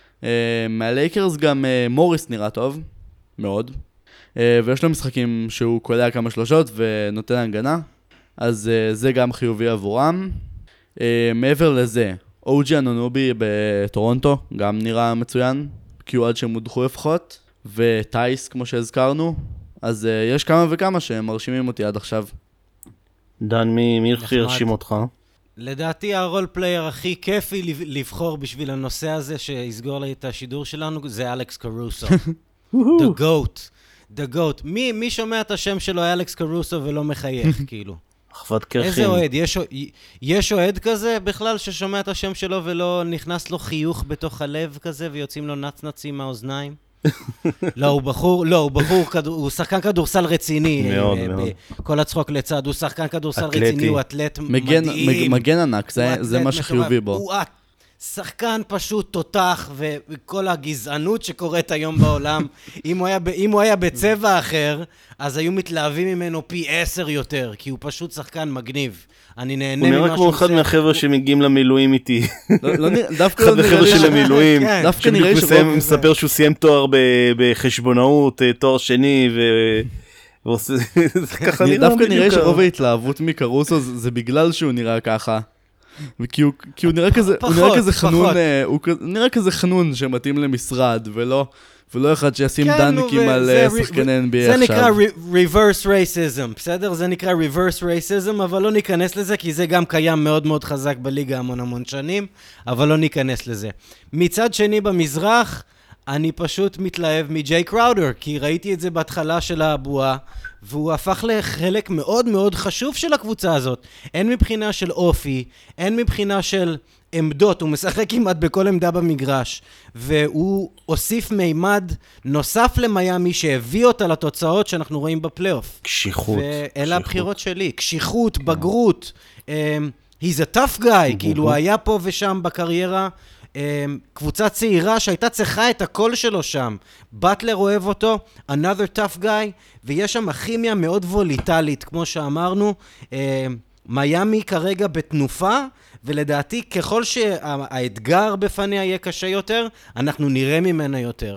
מהלייקרס גם מוריס נראה טוב, מאוד. ויש לו משחקים שהוא קולע כמה שלושות ונותן הגנה, אז זה גם חיובי עבורם. מעבר לזה, אוג'י אנונובי בטורונטו, גם נראה מצוין, כי הוא עד שהם הודחו לפחות, וטייס כמו שהזכרנו, אז יש כמה וכמה שמרשימים אותי עד עכשיו. דן, מי, מי הרשים אותך? לדעתי הרול פלייר הכי כיפי לבחור בשביל הנושא הזה שיסגור לי את השידור שלנו, זה אלכס קרוסו. The GOAT. The GOAT. מי, מי שומע את השם שלו אלכס קרוסו ולא מחייך, כאילו? אחוות קרחים. איזה אוהד? יש, יש אוהד כזה בכלל ששומע את השם שלו ולא נכנס לו חיוך בתוך הלב כזה ויוצאים לו נצנצים מהאוזניים? לא, הוא בחור, לא, הוא בחור, הוא שחקן כדורסל רציני. מאוד, מאוד. כל הצחוק לצד, הוא שחקן כדורסל רציני, הוא אתלט מדהים. מגן ענק, זה מה שחיובי בו. הוא שחקן פשוט תותח, וכל הגזענות שקורית היום בעולם, אם הוא היה, אם הוא היה בצבע אחר, אז היו מתלהבים ממנו פי עשר יותר, כי הוא פשוט שחקן מגניב. אני נהנה ממה שהוא עושה. הוא נראה כמו אחד מהחבר'ה שמגיעים למילואים איתי. דווקא אחד מהחבר'ה של המילואים. דווקא נראה שהוא מספר שהוא סיים תואר בחשבונאות, תואר שני, ו... דווקא נראה שרוב ההתלהבות מקרוסו זה בגלל שהוא נראה ככה. כי הוא נראה כזה, הוא נראה כזה חנון, הוא נראה כזה חנון שמתאים למשרד, ולא, ולא אחד שישים דנקים על שחקני אן בי איי עכשיו. זה נקרא reverse racism, בסדר? זה נקרא reverse racism, אבל לא ניכנס לזה, כי זה גם קיים מאוד מאוד חזק בליגה המון המון שנים, אבל לא ניכנס לזה. מצד שני במזרח, אני פשוט מתלהב מג'יי קראודר, כי ראיתי את זה בהתחלה של הבועה, והוא הפך לחלק מאוד מאוד חשוב של הקבוצה הזאת. אין מבחינה של אופי, אין מבחינה של עמדות, הוא משחק כמעט בכל עמדה במגרש, והוא הוסיף מימד נוסף למיימי שהביא אותה לתוצאות שאנחנו רואים בפלייאוף. קשיחות. ואלה הבחירות שלי, קשיחות, בגרות, um, he's a tough guy, כאילו הוא היה פה ושם בקריירה, קבוצה צעירה שהייתה צריכה את הקול שלו שם. בטלר אוהב אותו, another tough guy, ויש שם כימיה מאוד ווליטלית, כמו שאמרנו. מיימי כרגע בתנופה, ולדעתי ככל שהאתגר בפניה יהיה קשה יותר, אנחנו נראה ממנה יותר.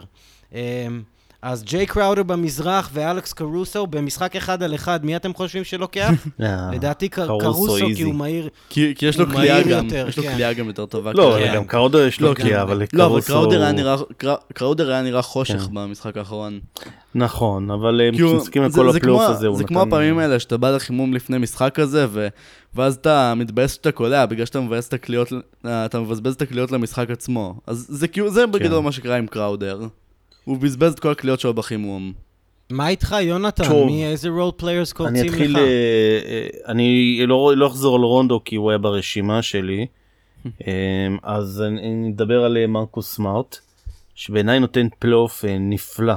אז ג'יי קראודר במזרח ואלכס קרוסו במשחק אחד על אחד, מי אתם חושבים שלוקח? לדעתי קרוסו, כי הוא מהיר. כי יש לו קליעה גם, יש לו קליעה גם יותר טובה. לא, גם קראודר יש לו קליעה, אבל קרוסו... לא, אבל קראודר היה נראה חושך במשחק האחרון. נכון, אבל כשמסכים על כל הפלייאוף הזה, הוא נתן... זה כמו הפעמים האלה, שאתה בא לחימום לפני משחק הזה, ואז אתה מתבאס שאתה קולע, בגלל שאתה מבזבז את הקליעות למשחק עצמו. אז זה בגדול מה שקרה עם קראודר. הוא בזבז את כל הקליעות שלו בחימום. מה איתך, יונתן? מי, איזה רול פליירס קורצים לך? אני אתחיל, אני לא אחזור על רונדו, כי הוא היה ברשימה שלי. אז אני אדבר על מרקוס סמארט, שבעיניי נותן פלייאוף נפלא.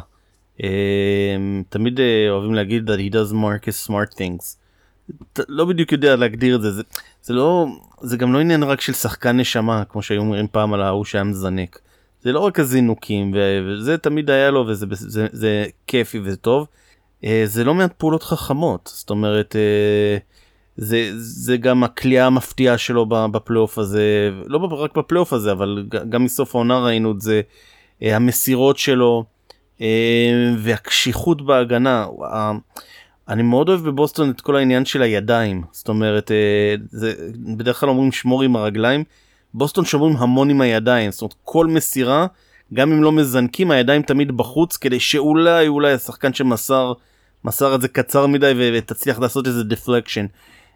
תמיד אוהבים להגיד that he does Marcus smart things. לא בדיוק יודע להגדיר את זה. זה לא, זה גם לא עניין רק של שחקן נשמה, כמו שהיו אומרים פעם על ההוא שהיה מזנק. זה לא רק הזינוקים, וזה תמיד היה לו, וזה זה, זה כיפי וזה טוב. זה לא מעט פעולות חכמות, זאת אומרת, זה, זה גם הקליעה המפתיעה שלו בפלייאוף הזה, לא רק בפלייאוף הזה, אבל גם מסוף העונה ראינו את זה, המסירות שלו, והקשיחות בהגנה, אני מאוד אוהב בבוסטון את כל העניין של הידיים, זאת אומרת, זה, בדרך כלל אומרים שמור עם הרגליים, בוסטון שומרים המון עם הידיים, זאת אומרת, כל מסירה, גם אם לא מזנקים, הידיים תמיד בחוץ, כדי שאולי, אולי השחקן שמסר, מסר את זה קצר מדי, ותצליח לעשות איזה דפלקשן.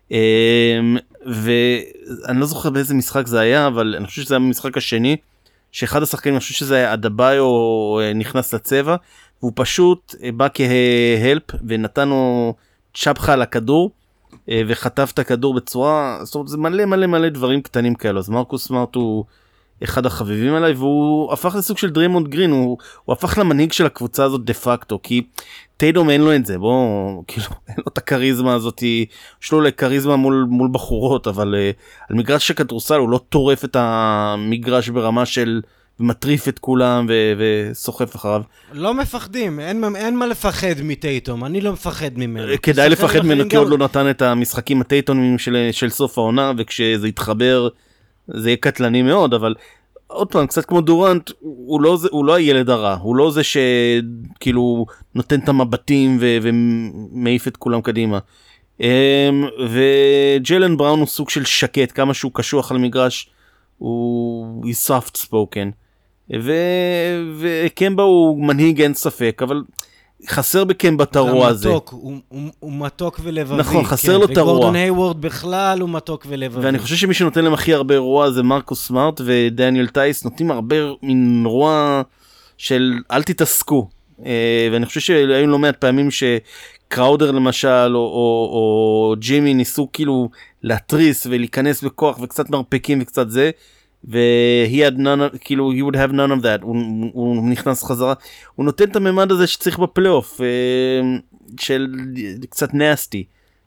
ואני לא זוכר באיזה משחק זה היה, אבל אני חושב שזה היה במשחק השני, שאחד השחקנים, אני חושב שזה היה אדבאיו נכנס לצבע, והוא פשוט בא כהלפ, ונתנו צ'פחה על הכדור, וחטף את הכדור בצורה, זאת אומרת, זה מלא מלא מלא דברים קטנים כאלו, אז מרקוס סמארט הוא אחד החביבים עליי, והוא הפך לסוג של דרימונד גרין, הוא, הוא הפך למנהיג של הקבוצה הזאת דה פקטו, כי טיידום אין לו את זה, בוא, כאילו, אין לו את הקריזמה הזאת, יש לו לקריזמה מול, מול בחורות, אבל uh, על מגרש של כדורסל הוא לא טורף את המגרש ברמה של מטריף את כולם ו- וסוחף אחריו. לא מפחדים, אין, אין מה לפחד מטייטום, אני לא מפחד ממנו. כדאי לפחד ממנו, כי עוד לא נתן את המשחקים הטייטונים של, של סוף העונה, וכשזה יתחבר זה יהיה קטלני מאוד, אבל עוד פעם, קצת כמו דורנט, הוא לא, זה, הוא לא הילד הרע, הוא לא זה שכאילו נותן את המבטים ו- ומעיף את כולם קדימה. וג'לן בראון הוא סוג של שקט, כמה שהוא קשוח על מגרש, הוא soft spoken. וקמבה הוא מנהיג אין ספק, אבל חסר בקמבה את הרוע הזה. הוא, הוא, הוא מתוק ולבבי. נכון, חסר לו את הרוע. וגורדון היוורד בכלל הוא מתוק ולבבי. ואני חושב שמי שנותן להם הכי הרבה רוע זה מרקוס סמארט ודניאל טייס, נותנים הרבה מין רוע של אל תתעסקו. ואני חושב שהיו לא מעט פעמים שקראודר למשל, או, או, או ג'ימי ניסו כאילו להטריס ולהיכנס בכוח וקצת מרפקים וקצת זה, והיא had none, כאילו, he would have none of that, הוא, הוא נכנס חזרה, הוא נותן את הממד הזה שצריך בפלייאוף, של קצת נסטי.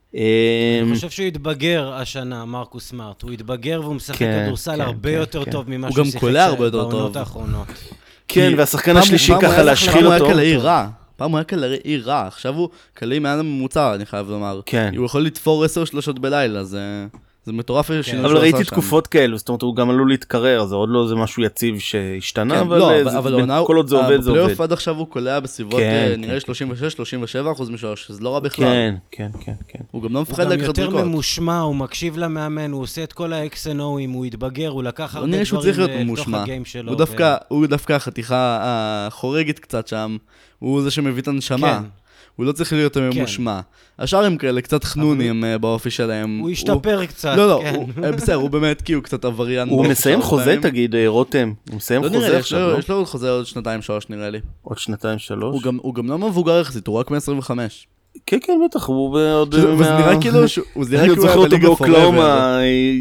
אני חושב שהוא יתבגר השנה, מרקוס סמארט, הוא יתבגר והוא משחק כדורסל הרבה יותר טוב ממה שהוא שיחק בעונות האחרונות. כן, והשחקן השלישי ככה להשחיל אותו. פעם הוא היה קלעי רע, פעם הוא היה קלעי רע, עכשיו הוא קלעי מעל הממוצע, אני חייב לומר. הוא יכול לתפור עשר שלושות בלילה, זה... זה מטורף השינוי שהוא עשה שם. אבל ראיתי תקופות כאלו, זאת אומרת, הוא גם עלול להתקרר, זה עוד לא זה משהו יציב שהשתנה, אבל כל עוד זה עובד, זה עובד. בפלייאוף עד עכשיו הוא קולע בסביבות, נראה שלושים ושש שלושים ושבע אחוז משלוש, זה לא רע בכלל. כן, כן, כן, כן. הוא גם לא מפחד לקחת דקות. הוא גם יותר ממושמע, הוא מקשיב למאמן, הוא עושה את כל ה-אקס אנד או'ים, הוא יתבגר, הוא לקח הרבה דברים לתוך הגיים שלו. הוא דווקא החתיכה החורגת קצת שם, הוא זה שמביא את הנשמה. הוא לא צריך להיות ממושמע. השאר הם כאלה קצת חנונים באופי שלהם. הוא השתפר קצת. לא, לא, בסדר, הוא באמת כאילו קצת עבריין. הוא מסיים חוזה, תגיד, רותם. הוא מסיים חוזה עכשיו. יש לו עוד חוזה עוד שנתיים שלוש, נראה לי. עוד שנתיים שלוש? הוא גם לא מבוגר יחסית, הוא רק מ-עשרים וחמש. כן, כן, בטח, הוא עוד... וזה נראה כאילו... אני זוכר אותו באוקלאומה,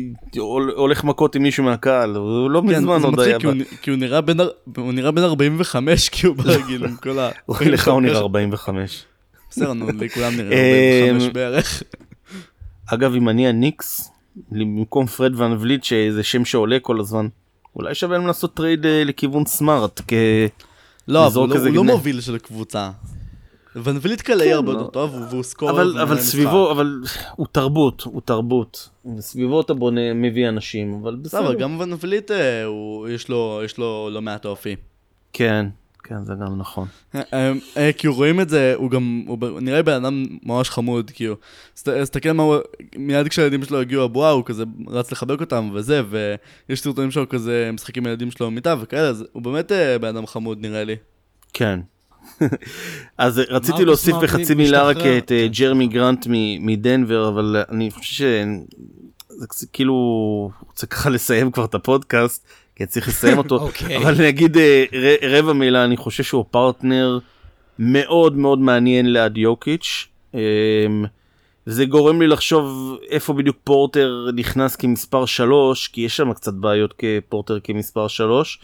הולך מכות עם מישהו מהקהל, הוא לא מזמן עוד היה. כי הוא נראה בן ארבעים וחמש, כי הוא ברגיל עם כל ה... לך הוא נראה ארבעים וחמש. בסדר, נו, לי כולם נראה ארבעים וחמש בערך. אגב, אם אני הניקס, במקום פרד ון וליט, שזה שם שעולה כל הזמן, אולי שווה להם לעשות טרייד לכיוון סמארט, כ... לא, אבל הוא לא מוביל של הקבוצה. ון וליט קלעי הרבה יותר טוב, והוא סקורר. אבל סביבו, אבל הוא תרבות, הוא תרבות. וסביבו אתה בונה, מביא אנשים, אבל בסדר. גם ון וליט, יש לו לא מעט אופי. כן. כן, זה גם נכון. כי הוא רואים את זה, הוא גם, הוא נראה בן אדם ממש חמוד, כאילו. סתכל מה הוא, מיד כשהילדים שלו הגיעו הבועה, הוא כזה רץ לחבק אותם וזה, ויש סרטונים שלו כזה משחקים ילדים שלו מיטה וכאלה, אז הוא באמת בן אדם חמוד נראה לי. כן. אז רציתי להוסיף בחצי מילה רק את ג'רמי גרנט מדנבר, אבל אני חושב שזה כאילו, רוצה ככה לסיים כבר את הפודקאסט, כי צריך לסיים אותו, אבל אני אגיד רבע מילה, אני חושב שהוא פרטנר מאוד מאוד מעניין ליד יוקיץ', וזה גורם לי לחשוב איפה בדיוק פורטר נכנס כמספר שלוש, כי יש שם קצת בעיות כפורטר כמספר שלוש,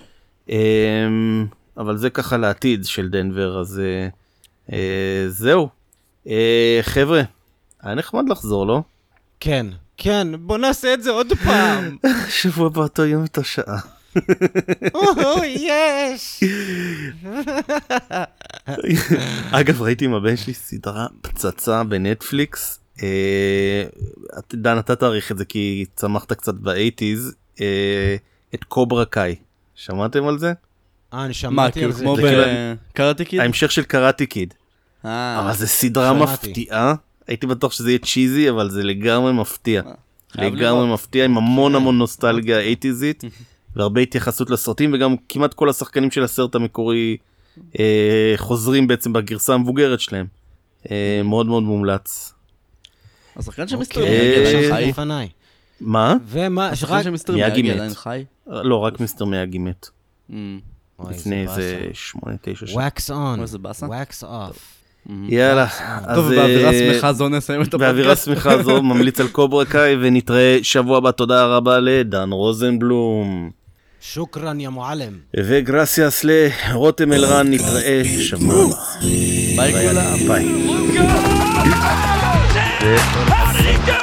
אבל זה ככה לעתיד של דנבר, אז זהו. חבר'ה, היה נחמד לחזור, לא? כן, כן, בוא נעשה את זה עוד פעם. שבוע באותו יום את השעה. או, יש! אגב, ראיתי עם הבן שלי סדרה פצצה בנטפליקס. דן, אתה תאריך את זה כי צמחת קצת ב-שמונים, את קוברה קאי. שמעתם על זה? אה, אני שמעתי על זה. כמו בקראטי קיד? ההמשך של קראטי קיד. אבל זו סדרה מפתיעה. הייתי בטוח שזה יהיה צ'יזי, אבל זה לגמרי מפתיע. לגמרי מפתיע, עם המון המון נוסטלגיה אייטיזית, והרבה התייחסות לסרטים, וגם כמעט כל השחקנים של הסרט המקורי אה, חוזרים בעצם בגרסה המבוגרת שלהם. אה, מאוד מאוד מומלץ. השחקן של מיסטר אוקיי, מיאגי שם עדיין חי? לפניי. מה? ומה, השחקן שרק... של מיסטר מיאגי מיאגי מת. עדיין חי? לא, רק מיסטר מיאגי מת. Mm. אוי, לפני זה איזה באסה. שמונה, תשע שנים. wax on, אוי, זה באסה. wax off. יאללה. טוב, אז, באווירה אה, שמחה זו נסיים את באווירה הפודקאסט. שמחה זו ממליץ על קוברה קאי, ונתראה שבוע הבא. תודה רבה לדן רוזנבלום. שוקרן יא מועלם. וגרסיאס לרותם אלרן, נתראה שבוע הבא. ביי כולם. ביי. Luca! Oh, that's it!